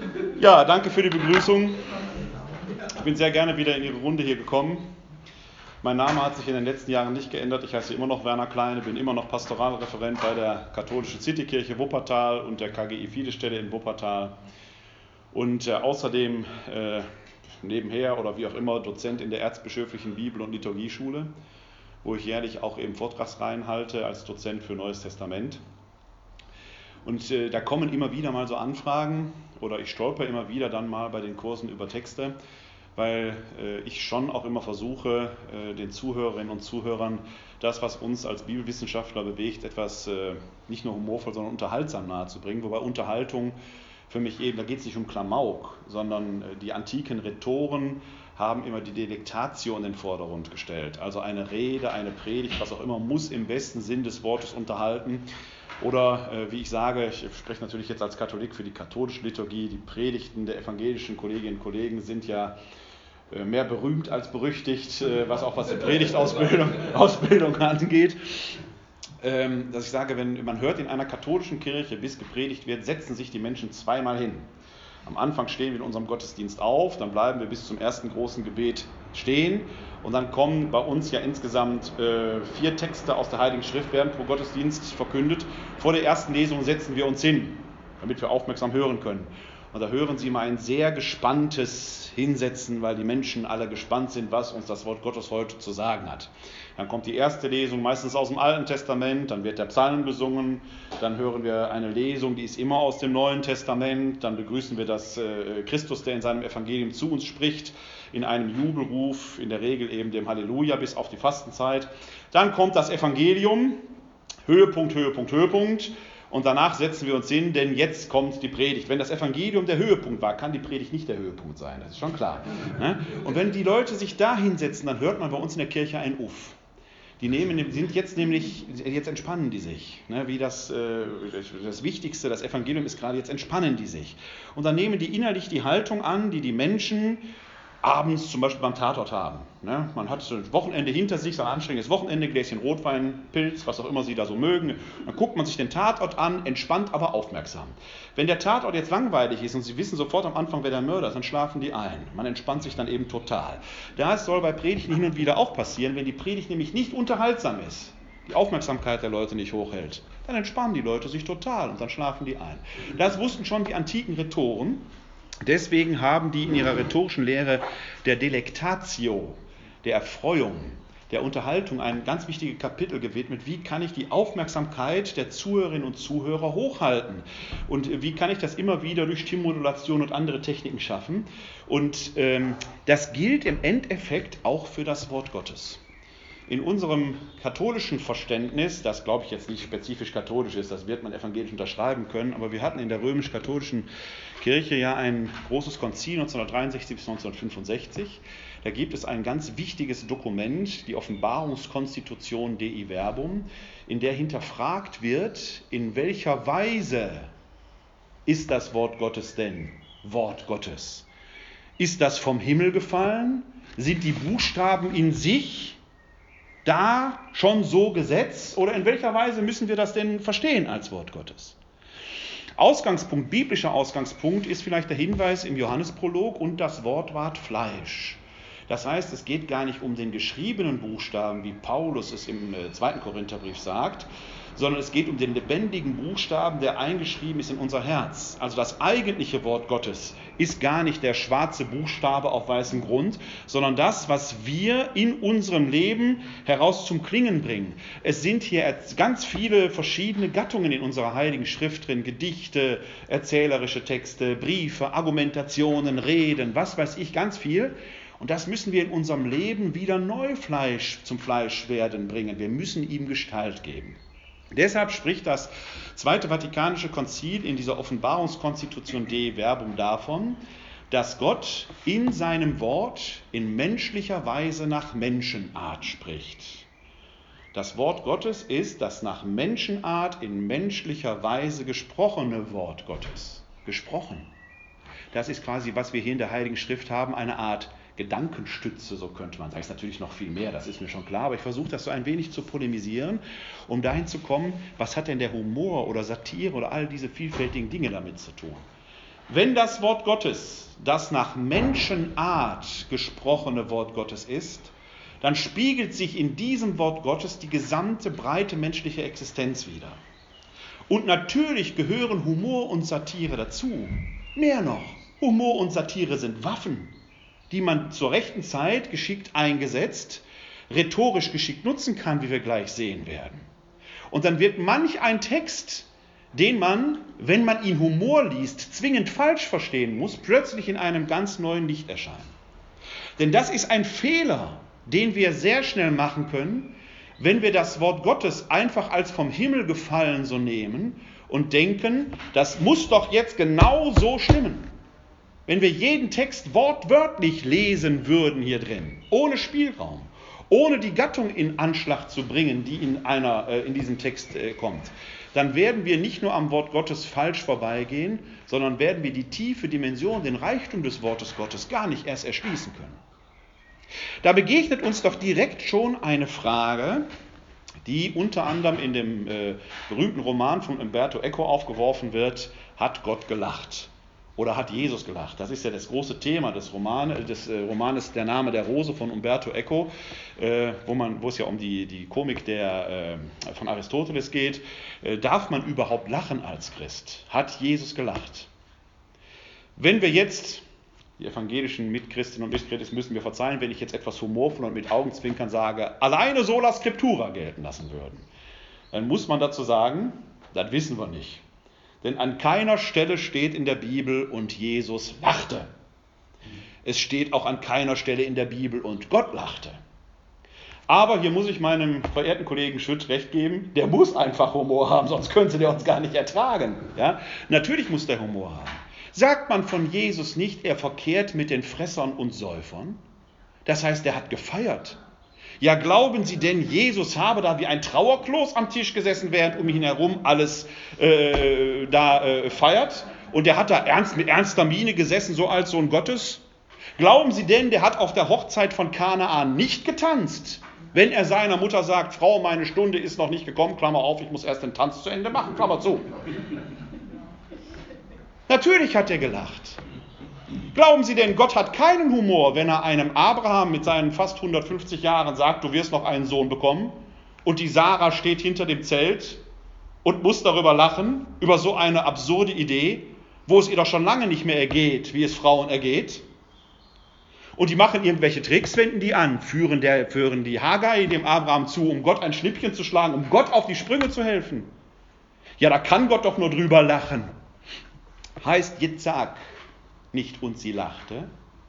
Ja, danke für die Begrüßung. Ich bin sehr gerne wieder in Ihre Runde hier gekommen. Mein Name hat sich in den letzten Jahren nicht geändert. Ich heiße immer noch Werner Kleine, bin immer noch Pastoralreferent bei der Katholischen Citykirche Wuppertal und der KGI Fiedestelle in Wuppertal. Und außerdem nebenher oder wie auch immer Dozent in der Erzbischöflichen Bibel- und Liturgieschule, wo ich jährlich auch eben Vortragsreihen halte als Dozent für Neues Testament. Und da kommen immer wieder mal so Anfragen oder ich stolper immer wieder dann mal bei den Kursen über Texte, weil ich schon auch immer versuche, den Zuhörerinnen und Zuhörern das, was uns als Bibelwissenschaftler bewegt, etwas nicht nur humorvoll, sondern unterhaltsam nahezubringen. Wobei Unterhaltung für mich eben, da geht es nicht um Klamauk, sondern die antiken Rhetoren haben immer die Delectatio in den Vordergrund gestellt. Also eine Rede, eine Predigt, was auch immer, muss im besten Sinn des Wortes unterhalten. Oder wie ich sage, ich spreche natürlich jetzt als Katholik für die katholische Liturgie, die Predigten der evangelischen Kolleginnen und Kollegen sind ja mehr berühmt als berüchtigt, was die Predigtausbildung angeht. Dass ich sage, wenn man hört, in einer katholischen Kirche, bis gepredigt wird, setzen sich die Menschen zweimal hin. Am Anfang stehen wir in unserem Gottesdienst auf, dann bleiben wir bis zum ersten großen Gebet stehen und dann kommen bei uns ja insgesamt 4 Texte aus der Heiligen Schrift, werden pro Gottesdienst verkündet. Vor der ersten Lesung setzen wir uns hin, damit wir aufmerksam hören können. Und da hören Sie mal ein sehr gespanntes Hinsetzen, weil die Menschen alle gespannt sind, was uns das Wort Gottes heute zu sagen hat. Dann kommt die erste Lesung, meistens aus dem Alten Testament, dann wird der Psalm gesungen, dann hören wir eine Lesung, die ist immer aus dem Neuen Testament, dann begrüßen wir das Christus, der in seinem Evangelium zu uns spricht, in einem Jubelruf, in der Regel eben dem Halleluja bis auf die Fastenzeit. Dann kommt das Evangelium, Höhepunkt, Höhepunkt, Höhepunkt. Und danach setzen wir uns hin, denn jetzt kommt die Predigt. Wenn das Evangelium der Höhepunkt war, kann die Predigt nicht der Höhepunkt sein, das ist schon klar. Und wenn die Leute sich da hinsetzen, dann hört man bei uns in der Kirche ein Uff. Jetzt entspannen die sich. Wie das Wichtigste, das Evangelium ist gerade, jetzt entspannen die sich. Und dann nehmen die innerlich die Haltung an, die die Menschen abends zum Beispiel beim Tatort haben. Man hat ein Wochenende hinter sich, so ein anstrengendes Wochenende, Gläschen Rotwein, Pilz, was auch immer Sie da so mögen. Dann guckt man sich den Tatort an, entspannt, aber aufmerksam. Wenn der Tatort jetzt langweilig ist und Sie wissen sofort am Anfang, wer der Mörder ist, dann schlafen die ein. Man entspannt sich dann eben total. Das soll bei Predigten hin und wieder auch passieren, wenn die Predigt nämlich nicht unterhaltsam ist, die Aufmerksamkeit der Leute nicht hochhält, dann entspannen die Leute sich total und dann schlafen die ein. Das wussten schon die antiken Rhetoren. Deswegen haben die in ihrer rhetorischen Lehre der Delectatio, der Erfreuung, der Unterhaltung ein ganz wichtiges Kapitel gewidmet. Wie kann ich die Aufmerksamkeit der Zuhörerinnen und Zuhörer hochhalten? Und wie kann ich das immer wieder durch Stimmmodulation und andere Techniken schaffen? Und das gilt im Endeffekt auch für das Wort Gottes. In unserem katholischen Verständnis, das glaube ich jetzt nicht spezifisch katholisch ist, das wird man evangelisch unterschreiben können, aber wir hatten in der römisch-katholischen Kirche ja ein großes Konzil 1963 bis 1965. Da gibt es ein ganz wichtiges Dokument, die Offenbarungskonstitution Dei Verbum, in der hinterfragt wird, in welcher Weise ist das Wort Gottes denn Wort Gottes? Ist das vom Himmel gefallen? Sind die Buchstaben in sich da schon so gesetzt oder in welcher Weise müssen wir das denn verstehen als Wort Gottes? Ausgangspunkt, biblischer Ausgangspunkt ist vielleicht der Hinweis im Johannesprolog und das Wort ward Fleisch. Das heißt, es geht gar nicht um den geschriebenen Buchstaben, wie Paulus es im 2. Korintherbrief sagt, sondern es geht um den lebendigen Buchstaben, der eingeschrieben ist in unser Herz. Also das eigentliche Wort Gottes ist gar nicht der schwarze Buchstabe auf weißem Grund, sondern das, was wir in unserem Leben heraus zum Klingen bringen. Es sind hier ganz viele verschiedene Gattungen in unserer Heiligen Schrift drin, Gedichte, erzählerische Texte, Briefe, Argumentationen, Reden, was weiß ich, ganz viel. Und das müssen wir in unserem Leben wieder neu zum Fleischwerden bringen. Wir müssen ihm Gestalt geben. Deshalb spricht das Zweite Vatikanische Konzil in dieser Offenbarungskonstitution Dei Verbum davon, dass Gott in seinem Wort in menschlicher Weise nach Menschenart spricht. Das Wort Gottes ist das nach Menschenart in menschlicher Weise gesprochene Wort Gottes. Gesprochen. Das ist quasi, was wir hier in der Heiligen Schrift haben, eine Art Gedankenstütze, so könnte man sagen. Das ist natürlich noch viel mehr, das ist mir schon klar, aber ich versuche das so ein wenig zu polemisieren, um dahin zu kommen, was hat denn der Humor oder Satire oder all diese vielfältigen Dinge damit zu tun? Wenn das Wort Gottes das nach Menschenart gesprochene Wort Gottes ist, dann spiegelt sich in diesem Wort Gottes die gesamte breite menschliche Existenz wider. Und natürlich gehören Humor und Satire dazu. Mehr noch, Humor und Satire sind Waffen, die man zur rechten Zeit geschickt eingesetzt, rhetorisch geschickt nutzen kann, wie wir gleich sehen werden. Und dann wird manch ein Text, den man, wenn man ihn Humor liest, zwingend falsch verstehen muss, plötzlich in einem ganz neuen Licht erscheinen. Denn das ist ein Fehler, den wir sehr schnell machen können, wenn wir das Wort Gottes einfach als vom Himmel gefallen so nehmen und denken, das muss doch jetzt genau so stimmen. Wenn wir jeden Text wortwörtlich lesen würden hier drin, ohne Spielraum, ohne die Gattung in Anschlag zu bringen, die in diesem Text kommt, dann werden wir nicht nur am Wort Gottes falsch vorbeigehen, sondern werden wir die tiefe Dimension, den Reichtum des Wortes Gottes gar nicht erst erschließen können. Da begegnet uns doch direkt schon eine Frage, die unter anderem in dem berühmten Roman von Umberto Eco aufgeworfen wird: Hat Gott gelacht? Oder hat Jesus gelacht? Das ist ja das große Thema des Romanes Der Name der Rose von Umberto Eco, wo es ja um die Komik von Aristoteles geht. Darf man überhaupt lachen als Christ? Hat Jesus gelacht? Wenn wir jetzt, die evangelischen Mitchristinnen und Mitchristen müssen mir verzeihen, wenn ich jetzt etwas humorvoll und mit Augenzwinkern sage, alleine sola scriptura gelten lassen würden, dann muss man dazu sagen, das wissen wir nicht. Denn an keiner Stelle steht in der Bibel, und Jesus lachte. Es steht auch an keiner Stelle in der Bibel, und Gott lachte. Aber hier muss ich meinem verehrten Kollegen Schütt recht geben, der muss einfach Humor haben, sonst könnte der uns gar nicht ertragen. Ja? Natürlich muss der Humor haben. Sagt man von Jesus nicht, er verkehrt mit den Fressern und Säufern? Das heißt, er hat gefeiert. Ja, glauben Sie denn, Jesus habe da wie ein Trauerklos am Tisch gesessen, während um ihn herum alles feiert? Und der hat da mit ernster Miene gesessen, so als Sohn Gottes? Glauben Sie denn, der hat auf der Hochzeit von Kanaan nicht getanzt, wenn er seiner Mutter sagt, Frau, meine Stunde ist noch nicht gekommen, Klammer auf, ich muss erst den Tanz zu Ende machen, Klammer zu. Natürlich hat er gelacht. Glauben Sie denn, Gott hat keinen Humor, wenn er einem Abraham mit seinen fast 150 Jahren sagt, du wirst noch einen Sohn bekommen, und die Sarah steht hinter dem Zelt und muss darüber lachen, über so eine absurde Idee, wo es ihr doch schon lange nicht mehr ergeht, wie es Frauen ergeht. Und die machen irgendwelche Tricks, wenden die an, führen die Hagai dem Abraham zu, um Gott ein Schnippchen zu schlagen, um Gott auf die Sprünge zu helfen. Ja, da kann Gott doch nur drüber lachen. Heißt Jitzak nicht, und sie lachte.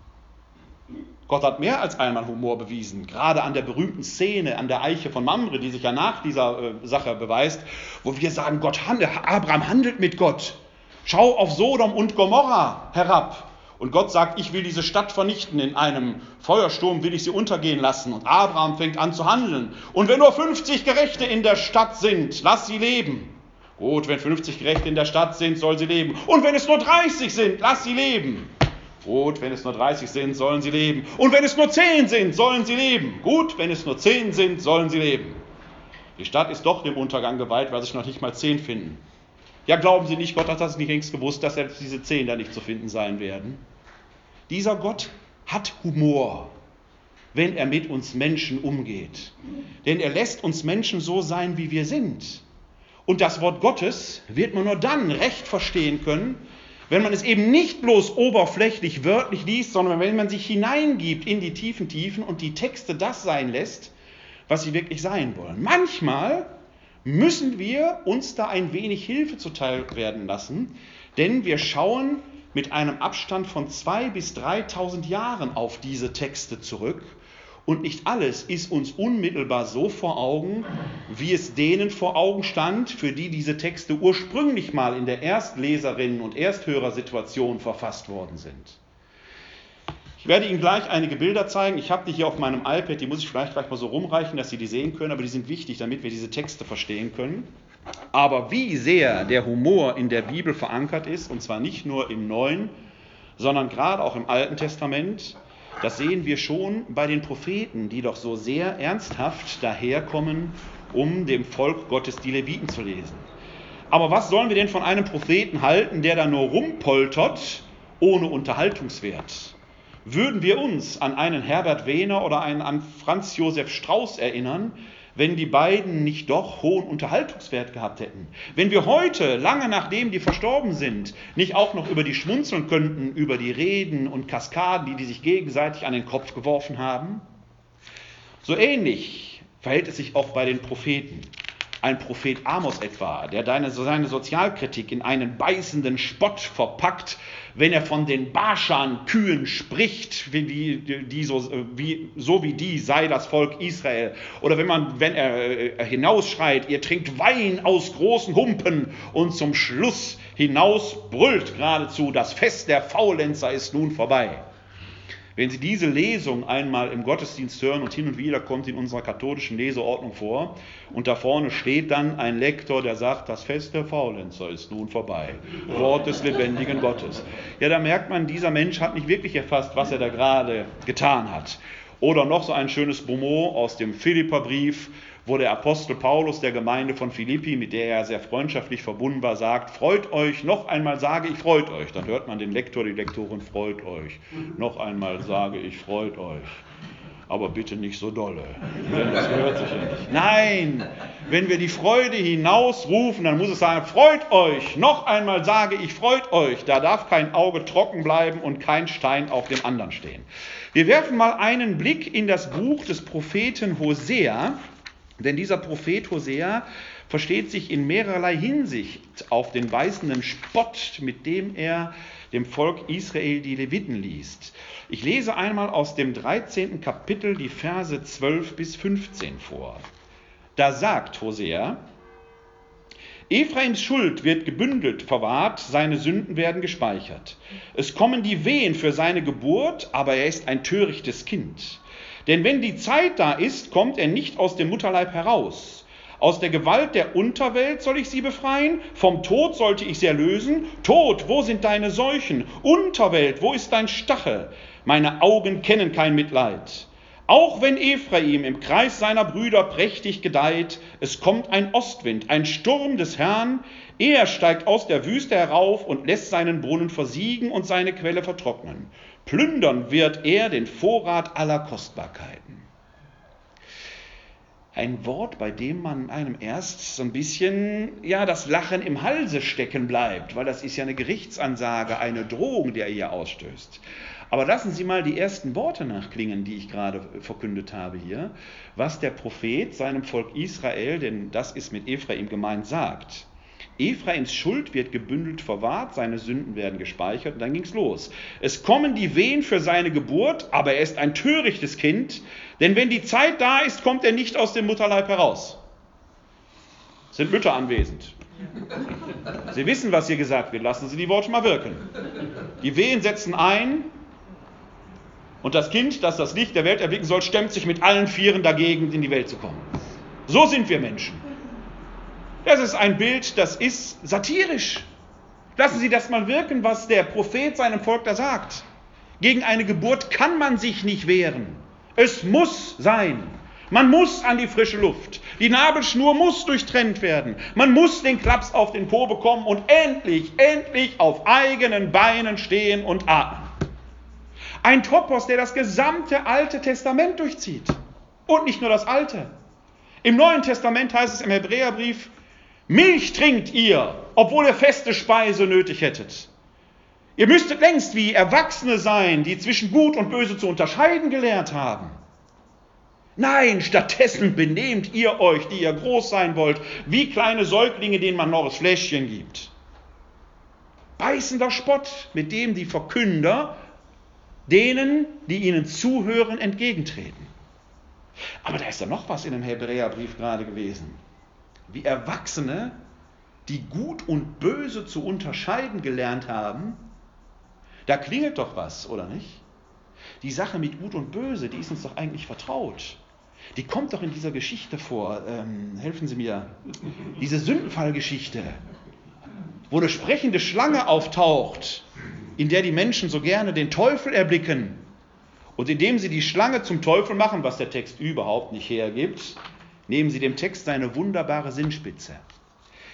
Gott hat mehr als einmal Humor bewiesen, gerade an der berühmten Szene an der Eiche von Mamre, die sich ja nach dieser Sache beweist, wo wir sagen, Abraham handelt mit Gott. Schau auf Sodom und Gomorra herab. Und Gott sagt, ich will diese Stadt vernichten, in einem Feuersturm will ich sie untergehen lassen. Und Abraham fängt an zu handeln. Und wenn nur 50 Gerechte in der Stadt sind, lass sie leben. Gut, wenn 50 Gerechte in der Stadt sind, soll sie leben. Und wenn es nur 30 sind, lass sie leben. Gut, wenn es nur 30 sind, sollen sie leben. Und wenn es nur 10 sind, sollen sie leben. Gut, wenn es nur 10 sind, sollen sie leben. Die Stadt ist doch dem Untergang geweiht, weil sich noch nicht mal 10 finden. Ja, glauben Sie nicht, Gott hat das nicht längst gewusst, dass selbst diese 10 da nicht zu finden sein werden? Dieser Gott hat Humor, wenn er mit uns Menschen umgeht. Denn er lässt uns Menschen so sein, wie wir sind. Und das Wort Gottes wird man nur dann recht verstehen können, wenn man es eben nicht bloß oberflächlich, wörtlich liest, sondern wenn man sich hineingibt in die tiefen Tiefen und die Texte das sein lässt, was sie wirklich sein wollen. Manchmal müssen wir uns da ein wenig Hilfe zuteil werden lassen, denn wir schauen mit einem Abstand von 2.000 bis 3.000 Jahren auf diese Texte zurück. Und nicht alles ist uns unmittelbar so vor Augen, wie es denen vor Augen stand, für die diese Texte ursprünglich mal in der Erstleserinnen- und Ersthörersituation verfasst worden sind. Ich werde Ihnen gleich einige Bilder zeigen. Ich habe die hier auf meinem iPad, die muss ich vielleicht gleich mal so rumreichen, dass Sie die sehen können, aber die sind wichtig, damit wir diese Texte verstehen können. Aber wie sehr der Humor in der Bibel verankert ist, und zwar nicht nur im Neuen, sondern gerade auch im Alten Testament, das sehen wir schon bei den Propheten, die doch so sehr ernsthaft daherkommen, um dem Volk Gottes die Leviten zu lesen. Aber was sollen wir denn von einem Propheten halten, der da nur rumpoltert, ohne Unterhaltungswert? Würden wir uns an einen Herbert Wehner oder an Franz Josef Strauß erinnern, wenn die beiden nicht doch hohen Unterhaltungswert gehabt hätten? Wenn wir heute, lange nachdem die verstorben sind, nicht auch noch über die schmunzeln könnten, über die Reden und Kaskaden, die sich gegenseitig an den Kopf geworfen haben? So ähnlich verhält es sich auch bei den Propheten. Ein Prophet Amos etwa, der seine Sozialkritik in einen beißenden Spott verpackt, wenn er von den Baschan-Kühen spricht, so wie die sei das Volk Israel. Oder wenn er hinausschreit, ihr trinkt Wein aus großen Humpen, und zum Schluss hinaus brüllt geradezu, das Fest der Faulenzer ist nun vorbei. Wenn Sie diese Lesung einmal im Gottesdienst hören, und hin und wieder kommt in unserer katholischen Leseordnung vor, und da vorne steht dann ein Lektor, der sagt, das Fest der Faulenzer ist nun vorbei. Wort des lebendigen Gottes. Ja, da merkt man, dieser Mensch hat nicht wirklich erfasst, was er da gerade getan hat. Oder noch so ein schönes Bonmot aus dem Philipperbrief, wo der Apostel Paulus der Gemeinde von Philippi, mit der er sehr freundschaftlich verbunden war, sagt, freut euch, noch einmal sage ich, freut euch. Dann hört man den Lektor, die Lektorin, freut euch. Noch einmal sage ich, freut euch. Aber bitte nicht so dolle, denn das gehört sich ja nicht. Nein, wenn wir die Freude hinausrufen, dann muss es sagen, freut euch. Noch einmal sage ich, freut euch. Da darf kein Auge trocken bleiben und kein Stein auf dem anderen stehen. Wir werfen mal einen Blick in das Buch des Propheten Hosea. Denn dieser Prophet Hosea versteht sich in mehrerlei Hinsicht auf den beißenden Spott, mit dem er dem Volk Israel die Leviten liest. Ich lese einmal aus dem 13. Kapitel die Verse 12 bis 15 vor. Da sagt Hosea: Ephraims Schuld wird gebündelt verwahrt, seine Sünden werden gespeichert. Es kommen die Wehen für seine Geburt, aber er ist ein törichtes Kind. Denn wenn die Zeit da ist, kommt er nicht aus dem Mutterleib heraus. Aus der Gewalt der Unterwelt soll ich sie befreien, vom Tod sollte ich sie erlösen. Tod, wo sind deine Seuchen? Unterwelt, wo ist dein Stachel? Meine Augen kennen kein Mitleid. Auch wenn Ephraim im Kreis seiner Brüder prächtig gedeiht, es kommt ein Ostwind, ein Sturm des Herrn. Er steigt aus der Wüste herauf und lässt seinen Brunnen versiegen und seine Quelle vertrocknen. Plündern wird er den Vorrat aller Kostbarkeiten. Ein Wort, bei dem man einem erst so ein bisschen das Lachen im Halse stecken bleibt, weil das ist ja eine Gerichtsansage, eine Drohung, die er hier ausstößt. Aber lassen Sie mal die ersten Worte nachklingen, die ich gerade verkündet habe hier, was der Prophet seinem Volk Israel, denn das ist mit Ephraim gemeint, sagt. Ephraims Schuld wird gebündelt verwahrt, seine Sünden werden gespeichert, und dann ging's los. Es kommen die Wehen für seine Geburt, aber er ist ein törichtes Kind, denn wenn die Zeit da ist, kommt er nicht aus dem Mutterleib heraus. Sind Mütter anwesend? Sie wissen, was hier gesagt wird, lassen Sie die Worte mal wirken. Die Wehen setzen ein, und das Kind, das das Licht der Welt erblicken soll, stemmt sich mit allen Vieren dagegen, in die Welt zu kommen. So sind wir Menschen. Das ist ein Bild, das ist satirisch. Lassen Sie das mal wirken, was der Prophet seinem Volk da sagt. Gegen eine Geburt kann man sich nicht wehren. Es muss sein. Man muss an die frische Luft. Die Nabelschnur muss durchtrennt werden. Man muss den Klaps auf den Po bekommen und endlich auf eigenen Beinen stehen und atmen. Ein Topos, der das gesamte Alte Testament durchzieht. Und nicht nur das Alte. Im Neuen Testament heißt es im Hebräerbrief, Milch trinkt ihr, obwohl ihr feste Speise nötig hättet. Ihr müsstet längst wie Erwachsene sein, die zwischen Gut und Böse zu unterscheiden gelernt haben. Nein, stattdessen benehmt ihr euch, die ihr groß sein wollt, wie kleine Säuglinge, denen man noch das Fläschchen gibt. Beißender Spott, mit dem die Verkünder denen, die ihnen zuhören, entgegentreten. Aber da ist ja noch was in dem Hebräerbrief gerade gewesen. Wie Erwachsene, die Gut und Böse zu unterscheiden gelernt haben, da klingelt doch was, oder nicht? Die Sache mit Gut und Böse, die ist uns doch eigentlich vertraut. Die kommt doch in dieser Geschichte vor. Helfen Sie mir. Diese Sündenfallgeschichte, wo eine sprechende Schlange auftaucht, in der die Menschen so gerne den Teufel erblicken. Und indem sie die Schlange zum Teufel machen, was der Text überhaupt nicht hergibt, nehmen sie dem Text seine wunderbare Sinnspitze.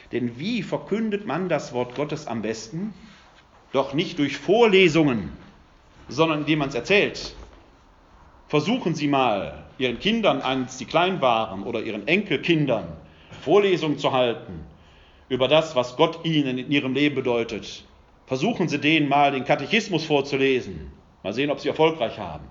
Denn wie verkündet man das Wort Gottes am besten? Doch nicht durch Vorlesungen, sondern indem man es erzählt. Versuchen Sie mal, Ihren Kindern, als sie klein waren, oder Ihren Enkelkindern Vorlesungen zu halten über das, was Gott ihnen in ihrem Leben bedeutet. Versuchen Sie denen mal den Katechismus vorzulesen. Mal sehen, ob Sie Erfolg haben.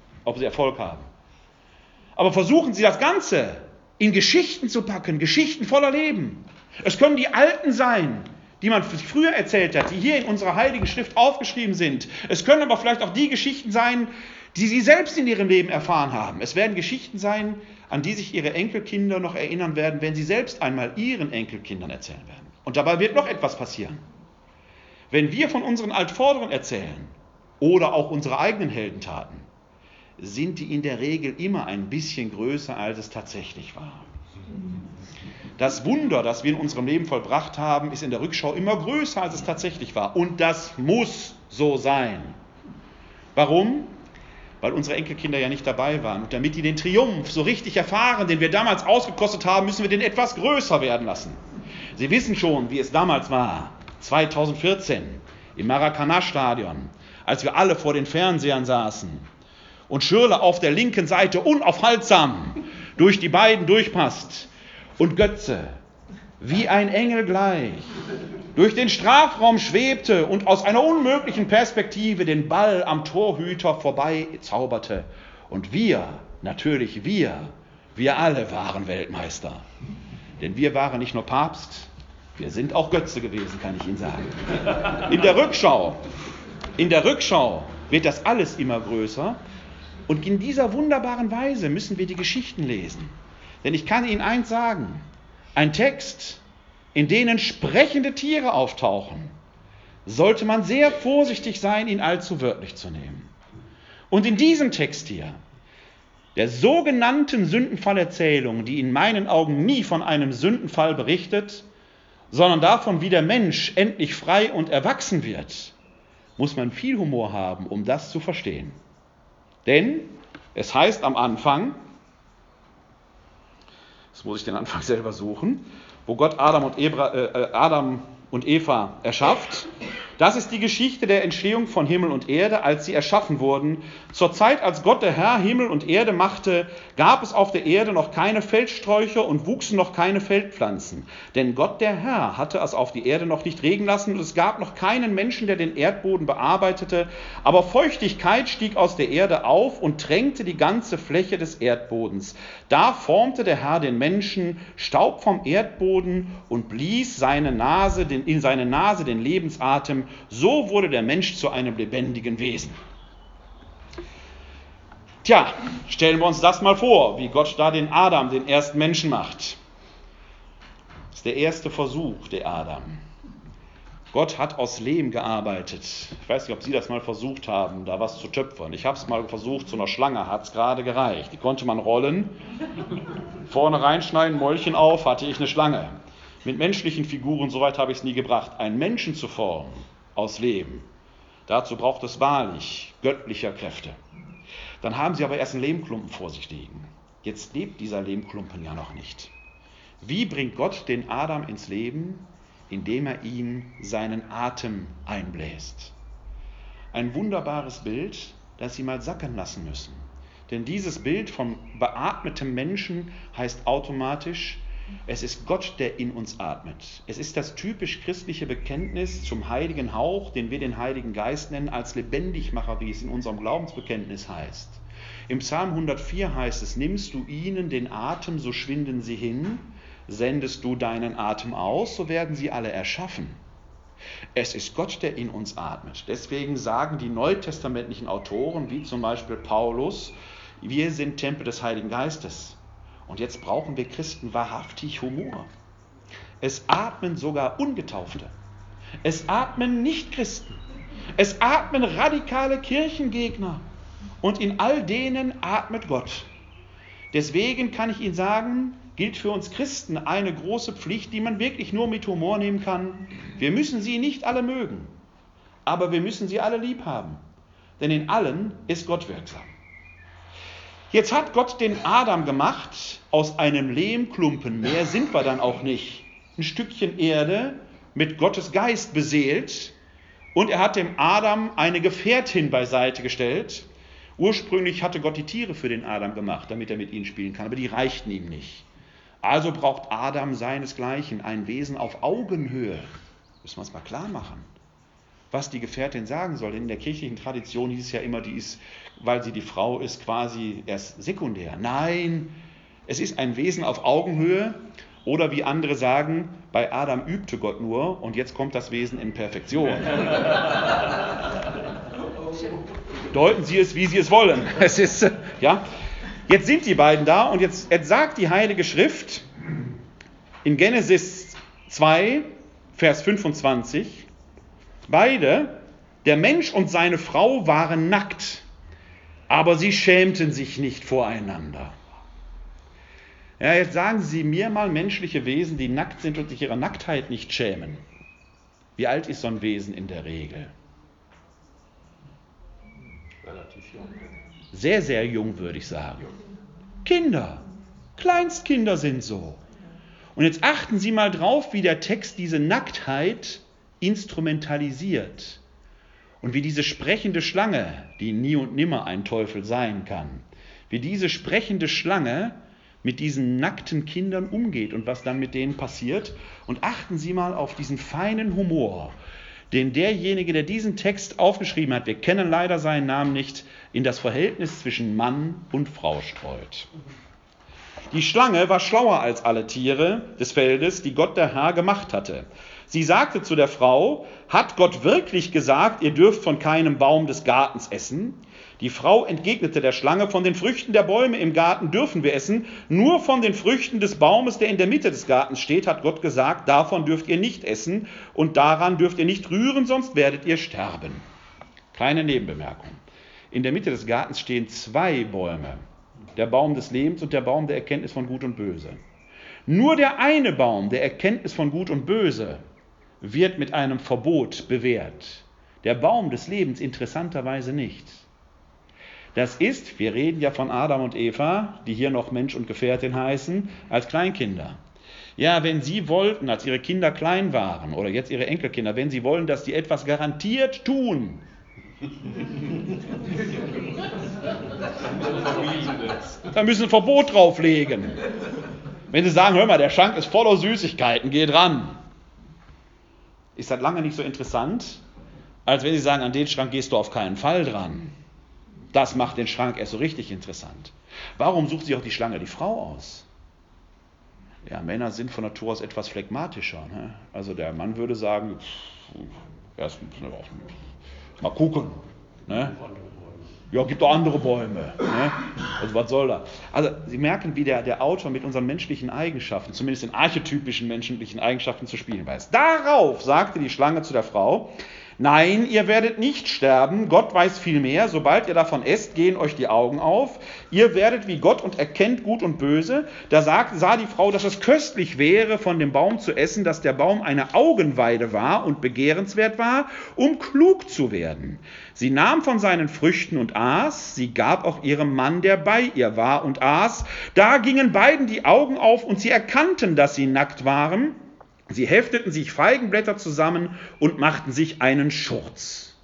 Aber versuchen Sie das Ganze in Geschichten zu packen, Geschichten voller Leben. Es können die Alten sein, die man früher erzählt hat, die hier in unserer Heiligen Schrift aufgeschrieben sind. Es können aber vielleicht auch die Geschichten sein, die Sie selbst in Ihrem Leben erfahren haben. Es werden Geschichten sein, an die sich Ihre Enkelkinder noch erinnern werden, wenn Sie selbst einmal Ihren Enkelkindern erzählen werden. Und dabei wird noch etwas passieren. Wenn wir von unseren Altvorderen erzählen oder auch unsere eigenen Heldentaten, sind die in der Regel immer ein bisschen größer, als es tatsächlich war. Das Wunder, das wir in unserem Leben vollbracht haben, ist in der Rückschau immer größer, als es tatsächlich war. Und das muss so sein. Warum? Weil unsere Enkelkinder ja nicht dabei waren. Und damit die den Triumph so richtig erfahren, den wir damals ausgekostet haben, müssen wir den etwas größer werden lassen. Sie wissen schon, wie es damals war, 2014, im Maracanã-Stadion, als wir alle vor den Fernsehern saßen und Schürrle auf der linken Seite unaufhaltsam durch die beiden durchpasst und Götze, wie ein Engel gleich, durch den Strafraum schwebte und aus einer unmöglichen Perspektive den Ball am Torhüter vorbei zauberte. Und wir, natürlich wir alle waren Weltmeister. Denn wir waren nicht nur Papst, wir sind auch Götze gewesen, kann ich Ihnen sagen. In der Rückschau wird das alles immer größer. Und in dieser wunderbaren Weise müssen wir die Geschichten lesen. Denn ich kann Ihnen eins sagen, ein Text, in denen sprechende Tiere auftauchen, sollte man sehr vorsichtig sein, ihn allzu wörtlich zu nehmen. Und in diesem Text hier, der sogenannten Sündenfallerzählung, die in meinen Augen nie von einem Sündenfall berichtet, sondern davon, wie der Mensch endlich frei und erwachsen wird, muss man viel Humor haben, um das zu verstehen. Denn es heißt am Anfang, jetzt muss ich den Anfang selber suchen, wo Gott Adam und Eva erschafft. Das ist die Geschichte der Entstehung von Himmel und Erde, als sie erschaffen wurden. Zur Zeit, als Gott der Herr Himmel und Erde machte, gab es auf der Erde noch keine Feldsträucher und wuchsen noch keine Feldpflanzen. Denn Gott der Herr hatte es auf die Erde noch nicht regnen lassen und es gab noch keinen Menschen, der den Erdboden bearbeitete. Aber Feuchtigkeit stieg aus der Erde auf und tränkte die ganze Fläche des Erdbodens. Da formte der Herr den Menschen Staub vom Erdboden und blies in seine Nase den Lebensatem. So wurde der Mensch zu einem lebendigen Wesen. Tja, stellen wir uns das mal vor, wie Gott da den Adam, den ersten Menschen macht. Das ist der erste Versuch, der Adam. Gott hat aus Lehm gearbeitet. Ich weiß nicht, ob Sie das mal versucht haben, da was zu töpfern. Ich habe es mal versucht, zu einer Schlange hat es gerade gereicht. Die konnte man rollen, vorne reinschneiden, Mäulchen auf, hatte ich eine Schlange. Mit menschlichen Figuren, soweit habe ich es nie gebracht. Einen Menschen zu formen aus Lehm, dazu braucht es wahrlich göttlicher Kräfte. Dann haben sie aber erst einen Lehmklumpen vor sich liegen. Jetzt lebt dieser Lehmklumpen ja noch nicht. Wie bringt Gott den Adam ins Leben? Indem er ihm seinen Atem einbläst. Ein wunderbares Bild, das Sie mal sacken lassen müssen. Denn dieses Bild vom beatmeten Menschen heißt automatisch, es ist Gott, der in uns atmet. Es ist das typisch christliche Bekenntnis zum heiligen Hauch, den wir den Heiligen Geist nennen, als Lebendigmacher, wie es in unserem Glaubensbekenntnis heißt. Im Psalm 104 heißt es, nimmst du ihnen den Atem, so schwinden sie hin, sendest du deinen Atem aus, so werden sie alle erschaffen. Es ist Gott, der in uns atmet. Deswegen sagen die neutestamentlichen Autoren, wie zum Beispiel Paulus, wir sind Tempel des Heiligen Geistes. Und jetzt brauchen wir Christen wahrhaftig Humor. Es atmen sogar Ungetaufte. Es atmen Nichtchristen. Es atmen radikale Kirchengegner. Und in all denen atmet Gott. Deswegen kann ich Ihnen sagen, gilt für uns Christen eine große Pflicht, die man wirklich nur mit Humor nehmen kann. Wir müssen sie nicht alle mögen, aber wir müssen sie alle lieb haben. Denn in allen ist Gott wirksam. Jetzt hat Gott den Adam gemacht aus einem Lehmklumpen. Mehr sind wir dann auch nicht. ein Stückchen Erde mit Gottes Geist beseelt und er hat dem Adam eine Gefährtin beiseite gestellt. Ursprünglich hatte Gott die Tiere für den Adam gemacht, damit er mit ihnen spielen kann, aber die reichten ihm nicht. Also braucht Adam seinesgleichen, ein Wesen auf Augenhöhe. Müssen wir uns mal klar machen, was die Gefährtin sagen soll. Denn in der kirchlichen Tradition hieß es ja immer, die ist, weil sie die Frau ist, quasi erst sekundär. Nein, es ist ein Wesen auf Augenhöhe. Oder wie andere sagen, bei Adam übte Gott nur und jetzt kommt das Wesen in Perfektion. Deuten Sie es, wie Sie es wollen. Es ist, ja. Jetzt sind die beiden da und jetzt sagt die Heilige Schrift in Genesis 2, Vers 25, beide, der Mensch und seine Frau, waren nackt, aber sie schämten sich nicht voreinander. Ja, jetzt sagen Sie mir mal menschliche Wesen, die nackt sind und sich ihrer Nacktheit nicht schämen. Wie alt ist so ein Wesen in der Regel? Relativ jung. Sehr, sehr jung, würde ich sagen. Kinder, Kleinstkinder sind so. Und jetzt achten Sie mal drauf, wie der Text diese Nacktheit instrumentalisiert. Und wie diese sprechende Schlange, die nie und nimmer ein Teufel sein kann, wie diese sprechende Schlange mit diesen nackten Kindern umgeht und was dann mit denen passiert. Und achten Sie mal auf diesen feinen Humor, den derjenige, der diesen Text aufgeschrieben hat, wir kennen leider seinen Namen nicht, in das Verhältnis zwischen Mann und Frau streut. Die Schlange war schlauer als alle Tiere des Feldes, die Gott der Herr gemacht hatte. Sie sagte zu der Frau, hat Gott wirklich gesagt, ihr dürft von keinem Baum des Gartens essen? Die Frau entgegnete der Schlange, von den Früchten der Bäume im Garten dürfen wir essen, nur von den Früchten des Baumes, der in der Mitte des Gartens steht, hat Gott gesagt, davon dürft ihr nicht essen und daran dürft ihr nicht rühren, sonst werdet ihr sterben. Kleine Nebenbemerkung. In der Mitte des Gartens stehen zwei Bäume, der Baum des Lebens und der Baum der Erkenntnis von Gut und Böse. Nur der eine Baum der Erkenntnis von Gut und Böse wird mit einem Verbot bewährt. Der Baum des Lebens interessanterweise nicht. Das ist, wir reden ja von Adam und Eva, die hier noch Mensch und Gefährtin heißen, als Kleinkinder. Ja, wenn Sie wollten, als Ihre Kinder klein waren, oder jetzt Ihre Enkelkinder, wenn Sie wollen, dass die etwas garantiert tun, dann müssen Sie ein Verbot drauflegen. Wenn Sie sagen, hör mal, der Schrank ist voller Süßigkeiten, geh dran. Ist das lange nicht so interessant, als wenn Sie sagen, an den Schrank gehst du auf keinen Fall dran. Das macht den Schrank erst so richtig interessant. Warum sucht sich auch die Schlange die Frau aus? Ja, Männer sind von Natur aus etwas phlegmatischer. Ne? Also der Mann würde sagen, erst mal gucken. Ne? Ja, gibt doch andere Bäume. Ne? Also was soll da? Also Sie merken, wie der Autor mit unseren menschlichen Eigenschaften, zumindest den archetypischen menschlichen Eigenschaften zu spielen weiß. Darauf sagte die Schlange zu der Frau, nein, ihr werdet nicht sterben, Gott weiß viel mehr, sobald ihr davon esst, gehen euch die Augen auf, ihr werdet wie Gott und erkennt Gut und Böse. Da sah die Frau, dass es köstlich wäre, von dem Baum zu essen, dass der Baum eine Augenweide war und begehrenswert war, um klug zu werden. Sie nahm von seinen Früchten und aß, sie gab auch ihrem Mann, der bei ihr war, und aß. Da gingen beiden die Augen auf und sie erkannten, dass sie nackt waren. Sie hefteten sich Feigenblätter zusammen und machten sich einen Schurz.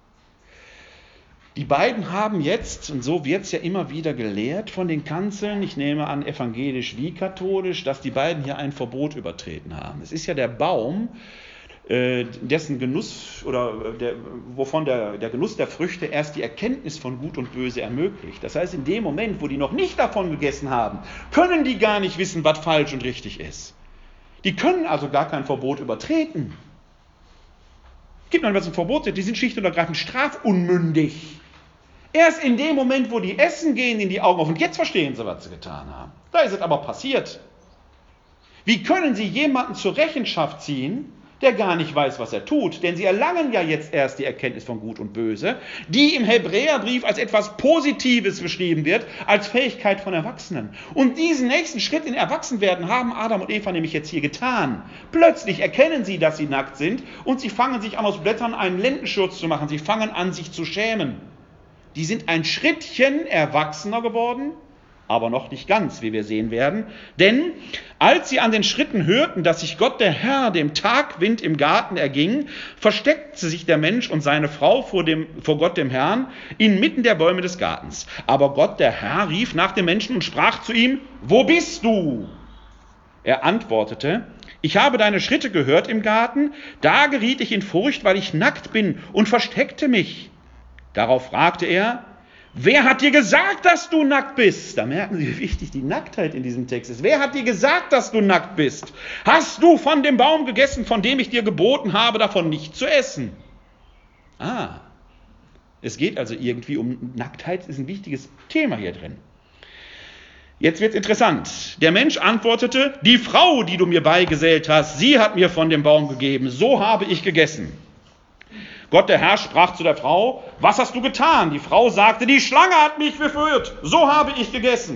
Die beiden haben jetzt, und so wird es ja immer wieder gelehrt von den Kanzeln, ich nehme an evangelisch wie katholisch, dass die beiden hier ein Verbot übertreten haben. Es ist ja der Baum, dessen Genuss oder wovon der Genuss der Früchte erst die Erkenntnis von Gut und Böse ermöglicht. Das heißt, in dem Moment, wo die noch nicht davon gegessen haben, können die gar nicht wissen, was falsch und richtig ist. Die können also gar kein Verbot übertreten. Es gibt noch was ein Verbot sind, die sind schlicht und ergreifend strafunmündig. Erst in dem Moment, wo die essen, gehen in die Augen auf und jetzt verstehen sie, was sie getan haben. Da ist es aber passiert. Wie können sie jemanden zur Rechenschaft ziehen, der gar nicht weiß, was er tut? Denn sie erlangen ja jetzt erst die Erkenntnis von Gut und Böse, die im Hebräerbrief als etwas Positives beschrieben wird, als Fähigkeit von Erwachsenen. Und diesen nächsten Schritt in Erwachsenwerden haben Adam und Eva nämlich jetzt hier getan. Plötzlich erkennen sie, dass sie nackt sind und sie fangen sich an, aus Blättern einen Lendenschurz zu machen. Sie fangen an, sich zu schämen. Die sind ein Schrittchen erwachsener geworden aber noch nicht ganz, wie wir sehen werden. Denn als sie an den Schritten hörten, dass sich Gott der Herr dem Tagwind im Garten erging, versteckte sich der Mensch und seine Frau vor Gott dem Herrn inmitten der Bäume des Gartens. Aber Gott der Herr rief nach dem Menschen und sprach zu ihm: Wo bist du? Er antwortete: Ich habe deine Schritte gehört im Garten, da geriet ich in Furcht, weil ich nackt bin, und versteckte mich. Darauf fragte er: Wer hat dir gesagt, dass du nackt bist? Da merken Sie, wie wichtig die Nacktheit in diesem Text ist. Wer hat dir gesagt, dass du nackt bist? Hast du von dem Baum gegessen, von dem ich dir geboten habe, davon nicht zu essen? Es geht also irgendwie um Nacktheit, ist ein wichtiges Thema hier drin. Jetzt wird's interessant. Der Mensch antwortete: Die Frau, die du mir beigesellt hast, sie hat mir von dem Baum gegeben, so habe ich gegessen. Gott der Herr sprach zu der Frau: Was hast du getan? Die Frau sagte: Die Schlange hat mich verführt, so habe ich gegessen.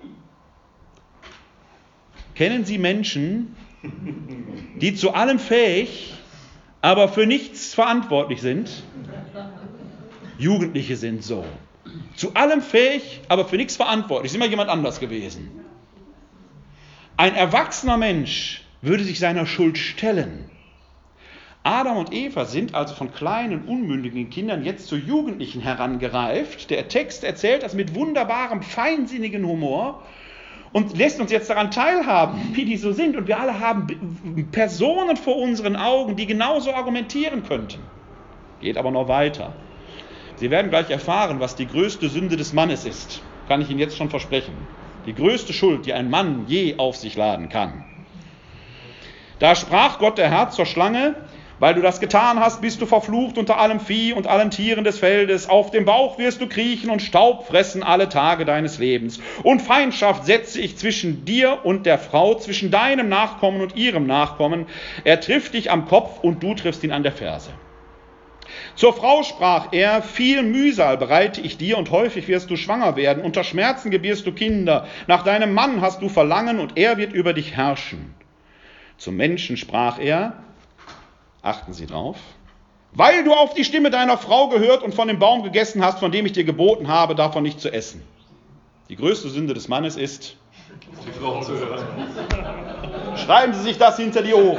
Kennen Sie Menschen, die zu allem fähig, aber für nichts verantwortlich sind? Jugendliche sind so. Zu allem fähig, aber für nichts verantwortlich. Ist immer jemand anders gewesen. Ein erwachsener Mensch würde sich seiner Schuld stellen. Adam und Eva sind also von kleinen, unmündigen Kindern jetzt zu Jugendlichen herangereift. Der Text erzählt das mit wunderbarem, feinsinnigen Humor und lässt uns jetzt daran teilhaben, wie die so sind. Und wir alle haben Personen vor unseren Augen, die genauso argumentieren könnten. Geht aber noch weiter. Sie werden gleich erfahren, was die größte Sünde des Mannes ist. Kann ich Ihnen jetzt schon versprechen. Die größte Schuld, die ein Mann je auf sich laden kann. Da sprach Gott der Herr zur Schlange: Weil du das getan hast, bist du verflucht unter allem Vieh und allen Tieren des Feldes. Auf dem Bauch wirst du kriechen und Staub fressen alle Tage deines Lebens. Und Feindschaft setze ich zwischen dir und der Frau, zwischen deinem Nachkommen und ihrem Nachkommen. Er trifft dich am Kopf und du triffst ihn an der Ferse. Zur Frau sprach er: Viel Mühsal bereite ich dir und häufig wirst du schwanger werden. Unter Schmerzen gebierst du Kinder. Nach deinem Mann hast du Verlangen und er wird über dich herrschen. Zum Menschen sprach er: Achten Sie drauf: Weil du auf die Stimme deiner Frau gehört und von dem Baum gegessen hast, von dem ich dir geboten habe, davon nicht zu essen. Die größte Sünde des Mannes ist, die Frau zu hören. Schreiben Sie sich das hinter die Ohren.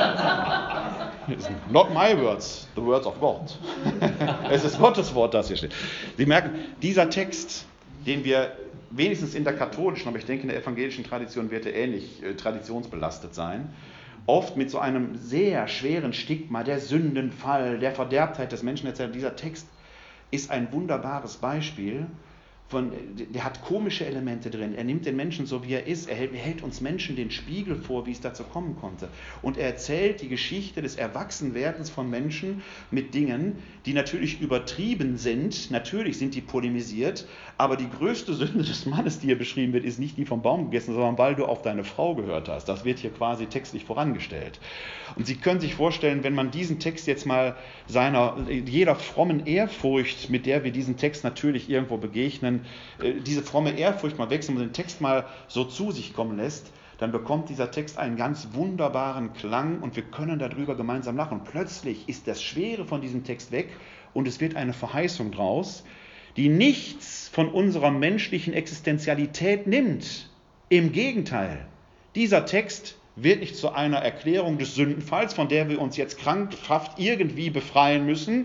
Not my words, the words of God. Es ist Gottes Wort, das hier steht. Sie merken, dieser Text, den wir wenigstens in der katholischen, aber ich denke in der evangelischen Tradition wird er ähnlich traditionsbelastet sein, oft mit so einem sehr schweren Stigma, der Sündenfall, der Verderbtheit des Menschen erzählt. Dieser Text ist ein wunderbares Beispiel. Der hat komische Elemente drin. Er nimmt den Menschen so, wie er ist. Er hält uns Menschen den Spiegel vor, wie es dazu kommen konnte. Und er erzählt die Geschichte des Erwachsenwerdens von Menschen mit Dingen, die natürlich übertrieben sind. Natürlich sind die polemisiert, aber die größte Sünde des Mannes, die hier beschrieben wird, ist nicht die vom Baum gegessen, sondern weil du auf deine Frau gehört hast. Das wird hier quasi textlich vorangestellt. Und Sie können sich vorstellen, wenn man diesen Text jetzt mal jeder frommen Ehrfurcht, mit der wir diesen Text natürlich irgendwo begegnen, diese fromme Ehrfurcht mal wechseln und den Text mal so zu sich kommen lässt, dann bekommt dieser Text einen ganz wunderbaren Klang und wir können darüber gemeinsam lachen. Und plötzlich ist das Schwere von diesem Text weg und es wird eine Verheißung draus, die nichts von unserer menschlichen Existenzialität nimmt. Im Gegenteil, dieser Text wird nicht zu einer Erklärung des Sündenfalls, von der wir uns jetzt krankhaft irgendwie befreien müssen,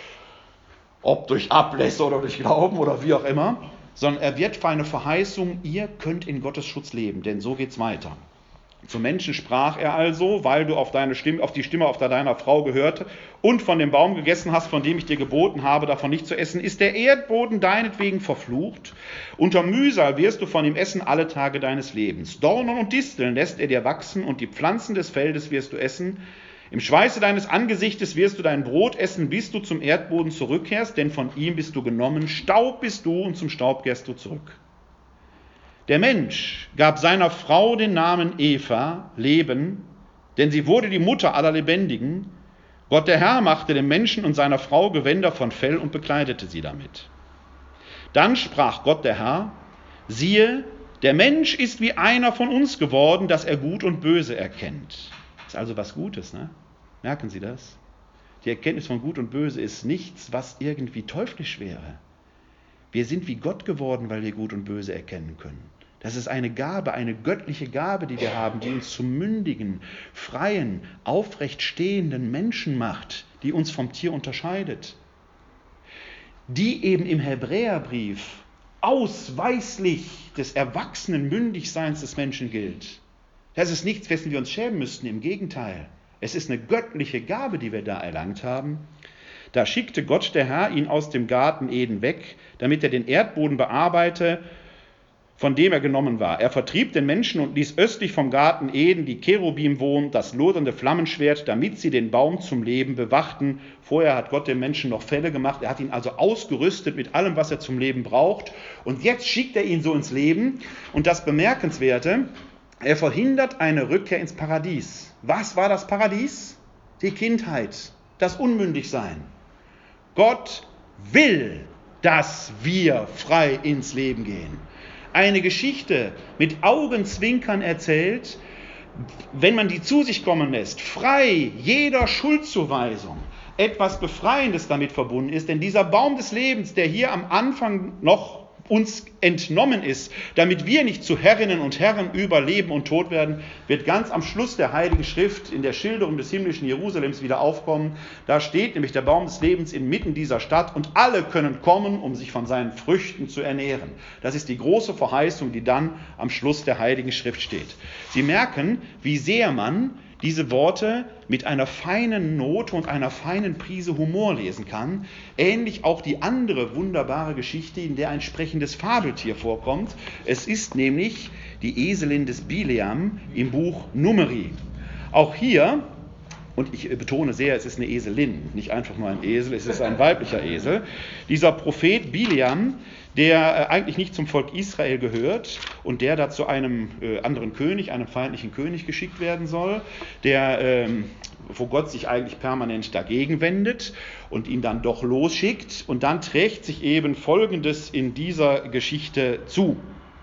ob durch Ablässe oder durch Glauben oder wie auch immer, sondern er wird für eine Verheißung: Ihr könnt in Gottes Schutz leben, denn so geht's weiter. Zum Menschen sprach er also: Weil du auf die Stimme deiner Frau gehört und von dem Baum gegessen hast, von dem ich dir geboten habe, davon nicht zu essen, ist der Erdboden deinetwegen verflucht. Unter Mühsal wirst du von ihm essen alle Tage deines Lebens. Dornen und Disteln lässt er dir wachsen und die Pflanzen des Feldes wirst du essen. Im Schweiße deines Angesichtes wirst du dein Brot essen, bis du zum Erdboden zurückkehrst, denn von ihm bist du genommen. Staub bist du und zum Staub kehrst du zurück. Der Mensch gab seiner Frau den Namen Eva, Leben, denn sie wurde die Mutter aller Lebendigen. Gott der Herr machte dem Menschen und seiner Frau Gewänder von Fell und bekleidete sie damit. Dann sprach Gott der Herr: Siehe, der Mensch ist wie einer von uns geworden, dass er Gut und Böse erkennt. Ist also was Gutes, ne? Merken Sie das? Die Erkenntnis von Gut und Böse ist nichts, was irgendwie teuflisch wäre. Wir sind wie Gott geworden, weil wir Gut und Böse erkennen können. Das ist eine Gabe, eine göttliche Gabe, die wir haben, die uns zu mündigen, freien, aufrecht stehenden Menschen macht, die uns vom Tier unterscheidet. Die eben im Hebräerbrief ausweislich des erwachsenen Mündigseins des Menschen gilt. Das ist nichts, wessen wir uns schämen müssten, im Gegenteil. Es ist eine göttliche Gabe, die wir da erlangt haben. Da schickte Gott, der Herr, ihn aus dem Garten Eden weg, damit er den Erdboden bearbeite, von dem er genommen war. Er vertrieb den Menschen und ließ östlich vom Garten Eden die Cherubim wohnen, das lodernde Flammenschwert, damit sie den Baum zum Leben bewachten. Vorher hat Gott dem Menschen noch Felle gemacht. Er hat ihn also ausgerüstet mit allem, was er zum Leben braucht. Und jetzt schickt er ihn so ins Leben. Und das Bemerkenswerte, er verhindert eine Rückkehr ins Paradies. Was war das Paradies? Die Kindheit, das Unmündigsein. Gott will, dass wir frei ins Leben gehen. Eine Geschichte mit Augenzwinkern erzählt, wenn man die zu sich kommen lässt, frei jeder Schuldzuweisung, etwas Befreiendes damit verbunden ist, denn dieser Baum des Lebens, der hier am Anfang noch uns entnommen ist, damit wir nicht zu Herrinnen und Herren über Leben und Tod werden, wird ganz am Schluss der Heiligen Schrift in der Schilderung des himmlischen Jerusalems wieder aufkommen. Da steht nämlich der Baum des Lebens inmitten dieser Stadt und alle können kommen, um sich von seinen Früchten zu ernähren. Das ist die große Verheißung, die dann am Schluss der Heiligen Schrift steht. Sie merken, wie sehr man diese Worte mit einer feinen Note und einer feinen Prise Humor lesen kann. Ähnlich auch die andere wunderbare Geschichte, in der ein sprechendes Fabeltier vorkommt. Es ist nämlich die Eselin des Bileam im Buch Numeri. Auch hier, und ich betone sehr, es ist eine Eselin, nicht einfach nur ein Esel, es ist ein weiblicher Esel. Dieser Prophet Bileam, der eigentlich nicht zum Volk Israel gehört und der da zu einem anderen König, einem feindlichen König geschickt werden soll, wo Gott sich eigentlich permanent dagegen wendet und ihn dann doch losschickt. Und dann trägt sich eben Folgendes in dieser Geschichte zu.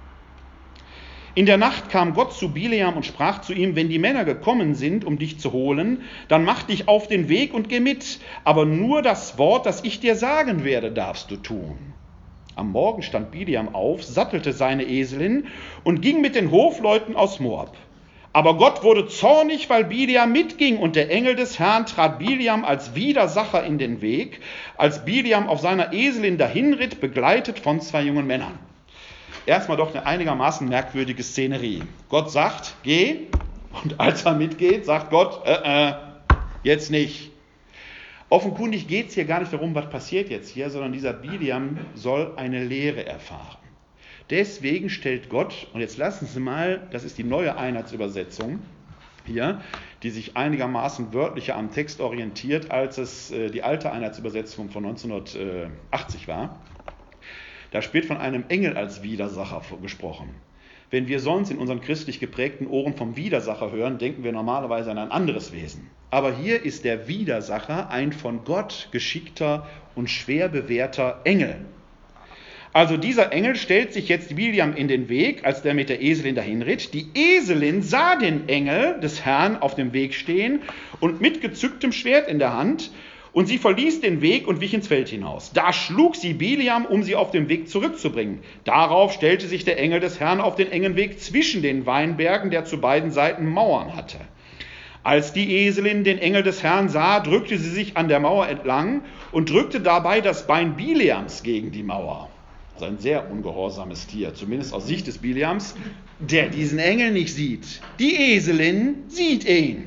In der Nacht kam Gott zu Bileam und sprach zu ihm: Wenn die Männer gekommen sind, um dich zu holen, dann mach dich auf den Weg und geh mit. Aber nur das Wort, das ich dir sagen werde, darfst du tun. Am Morgen stand Bileam auf, sattelte seine Eselin und ging mit den Hofleuten aus Moab. Aber Gott wurde zornig, weil Bileam mitging, und der Engel des Herrn trat Bileam als Widersacher in den Weg, als Bileam auf seiner Eselin dahinritt, begleitet von 2 jungen Männern. Erstmal doch eine einigermaßen merkwürdige Szenerie. Gott sagt, geh, und als er mitgeht, sagt Gott, jetzt nicht. Offenkundig geht es hier gar nicht darum, was passiert jetzt hier, sondern dieser Bileam soll eine Lehre erfahren. Deswegen stellt Gott, und jetzt lassen Sie mal, das ist die neue Einheitsübersetzung hier, die sich einigermaßen wörtlicher am Text orientiert, als es die alte Einheitsübersetzung von 1980 war. Da wird von einem Engel als Widersacher gesprochen. Wenn wir sonst in unseren christlich geprägten Ohren vom Widersacher hören, denken wir normalerweise an ein anderes Wesen. Aber hier ist der Widersacher ein von Gott geschickter und schwer bewährter Engel. Also dieser Engel stellt sich jetzt Bileam in den Weg, als der mit der Eselin dahinritt. Die Eselin sah den Engel des Herrn auf dem Weg stehen und mit gezücktem Schwert in der Hand, und sie verließ den Weg und wich ins Feld hinaus. Da schlug sie Bileam, um sie auf dem Weg zurückzubringen. Darauf stellte sich der Engel des Herrn auf den engen Weg zwischen den Weinbergen, der zu beiden Seiten Mauern hatte. Als die Eselin den Engel des Herrn sah, drückte sie sich an der Mauer entlang und drückte dabei das Bein Bileams gegen die Mauer. Das ist ein sehr ungehorsames Tier, zumindest aus Sicht des Bileams, der diesen Engel nicht sieht. Die Eselin sieht ihn.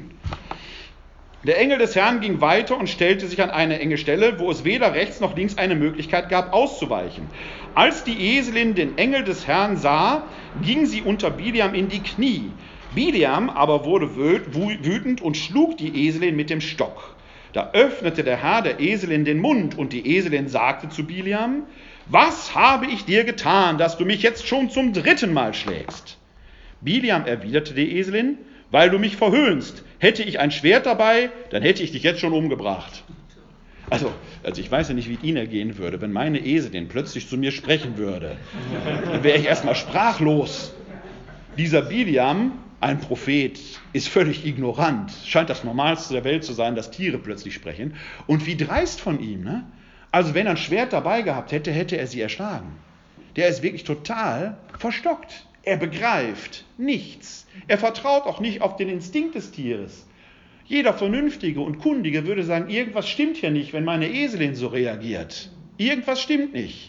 Der Engel des Herrn ging weiter und stellte sich an eine enge Stelle, wo es weder rechts noch links eine Möglichkeit gab, auszuweichen. Als die Eselin den Engel des Herrn sah, ging sie unter Bileam in die Knie. Bileam aber wurde wütend und schlug die Eselin mit dem Stock. Da öffnete der Herr der Eselin den Mund, und die Eselin sagte zu Bileam: Was habe ich dir getan, dass du mich jetzt schon zum 3. Mal schlägst? Bileam erwiderte die Eselin: Weil du mich verhöhnst. Hätte ich ein Schwert dabei, dann hätte ich dich jetzt schon umgebracht. Also ich weiß ja nicht, wie es Ihnen ergehen würde, wenn meine Eselin plötzlich zu mir sprechen würde. Dann wäre ich erstmal sprachlos. Dieser Bileam, ein Prophet, ist völlig ignorant. Scheint das Normalste der Welt zu sein, dass Tiere plötzlich sprechen. Und wie dreist von ihm, ne? Also wenn er ein Schwert dabei gehabt hätte, hätte er sie erschlagen. Der ist wirklich total verstockt. Er begreift nichts. Er vertraut auch nicht auf den Instinkt des Tieres. Jeder Vernünftige und Kundige würde sagen, irgendwas stimmt hier nicht, wenn meine Eselin so reagiert. Irgendwas stimmt nicht.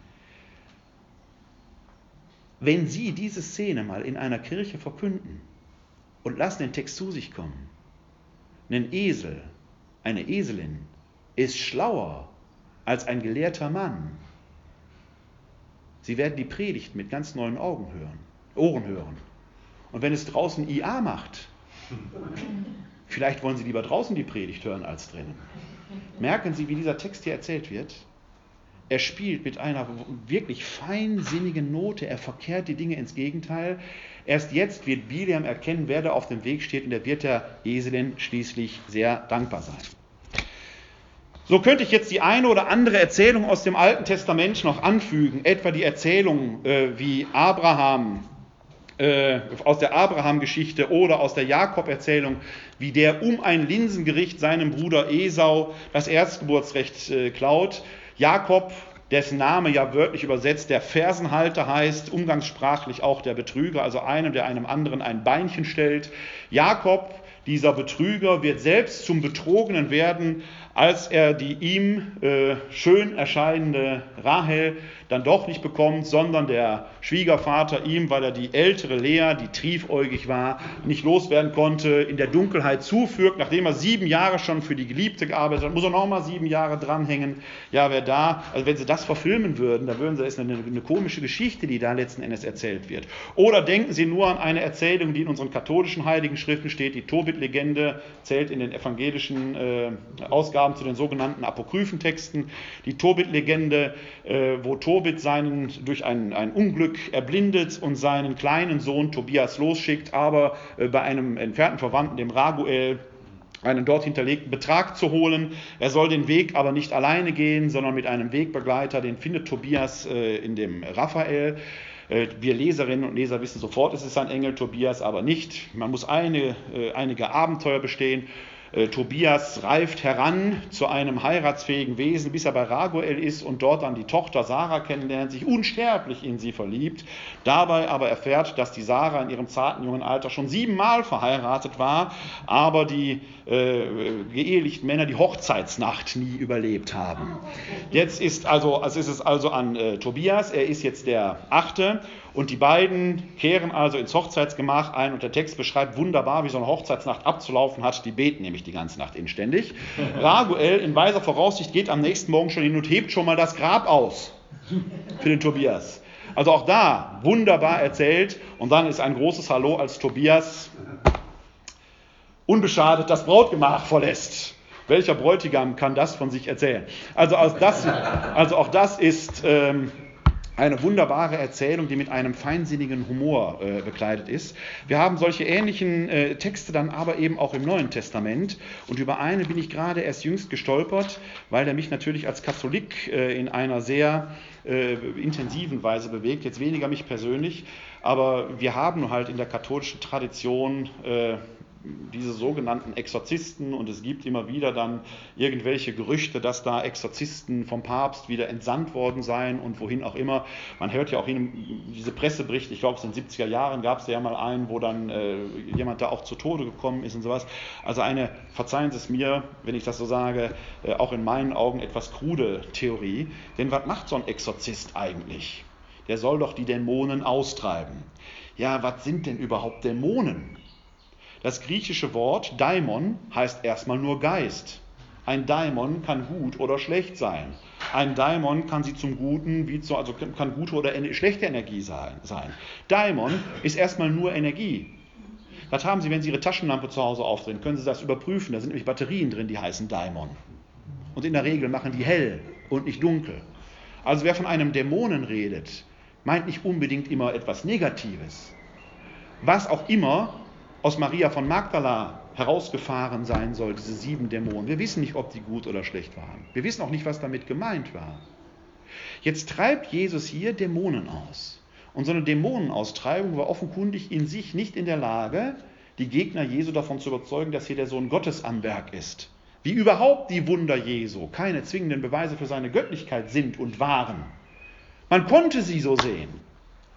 Wenn Sie diese Szene mal in einer Kirche verkünden und lassen den Text zu sich kommen, ein Esel, eine Eselin, ist schlauer als ein gelehrter Mann. Sie werden die Predigt mit ganz neuen Ohren hören. Und wenn es draußen IA macht, vielleicht wollen Sie lieber draußen die Predigt hören als drinnen. Merken Sie, wie dieser Text hier erzählt wird? Er spielt mit einer wirklich feinsinnigen Note, er verkehrt die Dinge ins Gegenteil. Erst jetzt wird Bileam erkennen, wer da auf dem Weg steht, und er wird der Eselin schließlich sehr dankbar sein. So könnte ich jetzt die eine oder andere Erzählung aus dem Alten Testament noch anfügen, etwa die Erzählung wie Abraham, aus der Abraham-Geschichte oder aus der Jakob-Erzählung, wie der um ein Linsengericht seinem Bruder Esau das Erstgeburtsrecht klaut. Jakob, dessen Name ja wörtlich übersetzt der Fersenhalter heißt, umgangssprachlich auch der Betrüger, also einem, der einem anderen ein Beinchen stellt. Jakob, dieser Betrüger, wird selbst zum Betrogenen werden, als er die ihm schön erscheinende Rahel dann doch nicht bekommt, sondern der Schwiegervater ihm, weil er die ältere Lea, die triefäugig war, nicht loswerden konnte, in der Dunkelheit zufügt. Nachdem er 7 Jahre schon für die Geliebte gearbeitet hat, muss er nochmal 7 Jahre dranhängen. Ja, also wenn sie das verfilmen würden, dann würden sie, es ist eine komische Geschichte, die da letzten Endes erzählt wird. Oder denken Sie nur an eine Erzählung, die in unseren katholischen Heiligen Schriften steht, die Tobit-Legende, zählt in den evangelischen Ausgaben zu den sogenannten Apokryphentexten. Die Tobit-Legende, wo Tobit durch ein Unglück erblindet und seinen kleinen Sohn Tobias losschickt, aber bei einem entfernten Verwandten, dem Raguel, einen dort hinterlegten Betrag zu holen. Er soll den Weg aber nicht alleine gehen, sondern mit einem Wegbegleiter. Den findet Tobias in dem Raphael. Wir Leserinnen und Leser wissen sofort, es ist ein Engel, Tobias aber nicht. Man muss einige Abenteuer bestehen. Tobias reift heran zu einem heiratsfähigen Wesen, bis er bei Raguel ist und dort dann die Tochter Sarah kennenlernt, sich unsterblich in sie verliebt, dabei aber erfährt, dass die Sarah in ihrem zarten jungen Alter schon 7-mal verheiratet war, aber die geehelichten Männer die Hochzeitsnacht nie überlebt haben. Jetzt ist es also an Tobias, er ist jetzt der 8. Und die beiden kehren also ins Hochzeitsgemach ein und der Text beschreibt wunderbar, wie so eine Hochzeitsnacht abzulaufen hat. Die beten nämlich die ganze Nacht inständig. Raguel in weiser Voraussicht geht am nächsten Morgen schon hin und hebt schon mal das Grab aus für den Tobias. Also auch da wunderbar erzählt, und dann ist ein großes Hallo, als Tobias unbeschadet das Brautgemach verlässt. Welcher Bräutigam kann das von sich erzählen? Also auch das ist eine wunderbare Erzählung, die mit einem feinsinnigen Humor bekleidet ist. Wir haben solche ähnlichen Texte dann aber eben auch im Neuen Testament, und über eine bin ich gerade erst jüngst gestolpert, weil der mich natürlich als Katholik in einer sehr intensiven Weise bewegt, jetzt weniger mich persönlich, aber wir haben halt in der katholischen Tradition diese sogenannten Exorzisten, und es gibt immer wieder dann irgendwelche Gerüchte, dass da Exorzisten vom Papst wieder entsandt worden seien und wohin auch immer. Man hört ja auch diese Presseberichte, ich glaube es in den 70er Jahren gab es ja mal einen, wo dann jemand da auch zu Tode gekommen ist und sowas. Also verzeihen Sie es mir, wenn ich das so sage, auch in meinen Augen etwas krude Theorie. Denn was macht so ein Exorzist eigentlich? Der soll doch die Dämonen austreiben. Ja, was sind denn überhaupt Dämonen? Das griechische Wort Daimon heißt erstmal nur Geist. Ein Daimon kann gut oder schlecht sein. Ein Daimon kann sie zum Guten, kann gute oder schlechte Energie sein. Daimon ist erstmal nur Energie. Das haben Sie, wenn Sie Ihre Taschenlampe zu Hause aufdrehen, können Sie das überprüfen. Da sind nämlich Batterien drin, die heißen Daimon. Und in der Regel machen die hell und nicht dunkel. Also wer von einem Dämonen redet, meint nicht unbedingt immer etwas Negatives. Was auch immer aus Maria von Magdala herausgefahren sein soll, diese 7 Dämonen. Wir wissen nicht, ob die gut oder schlecht waren. Wir wissen auch nicht, was damit gemeint war. Jetzt treibt Jesus hier Dämonen aus. Und so eine Dämonenaustreibung war offenkundig in sich nicht in der Lage, die Gegner Jesu davon zu überzeugen, dass hier der Sohn Gottes am Werk ist. Wie überhaupt die Wunder Jesu keine zwingenden Beweise für seine Göttlichkeit sind und waren. Man konnte sie so sehen.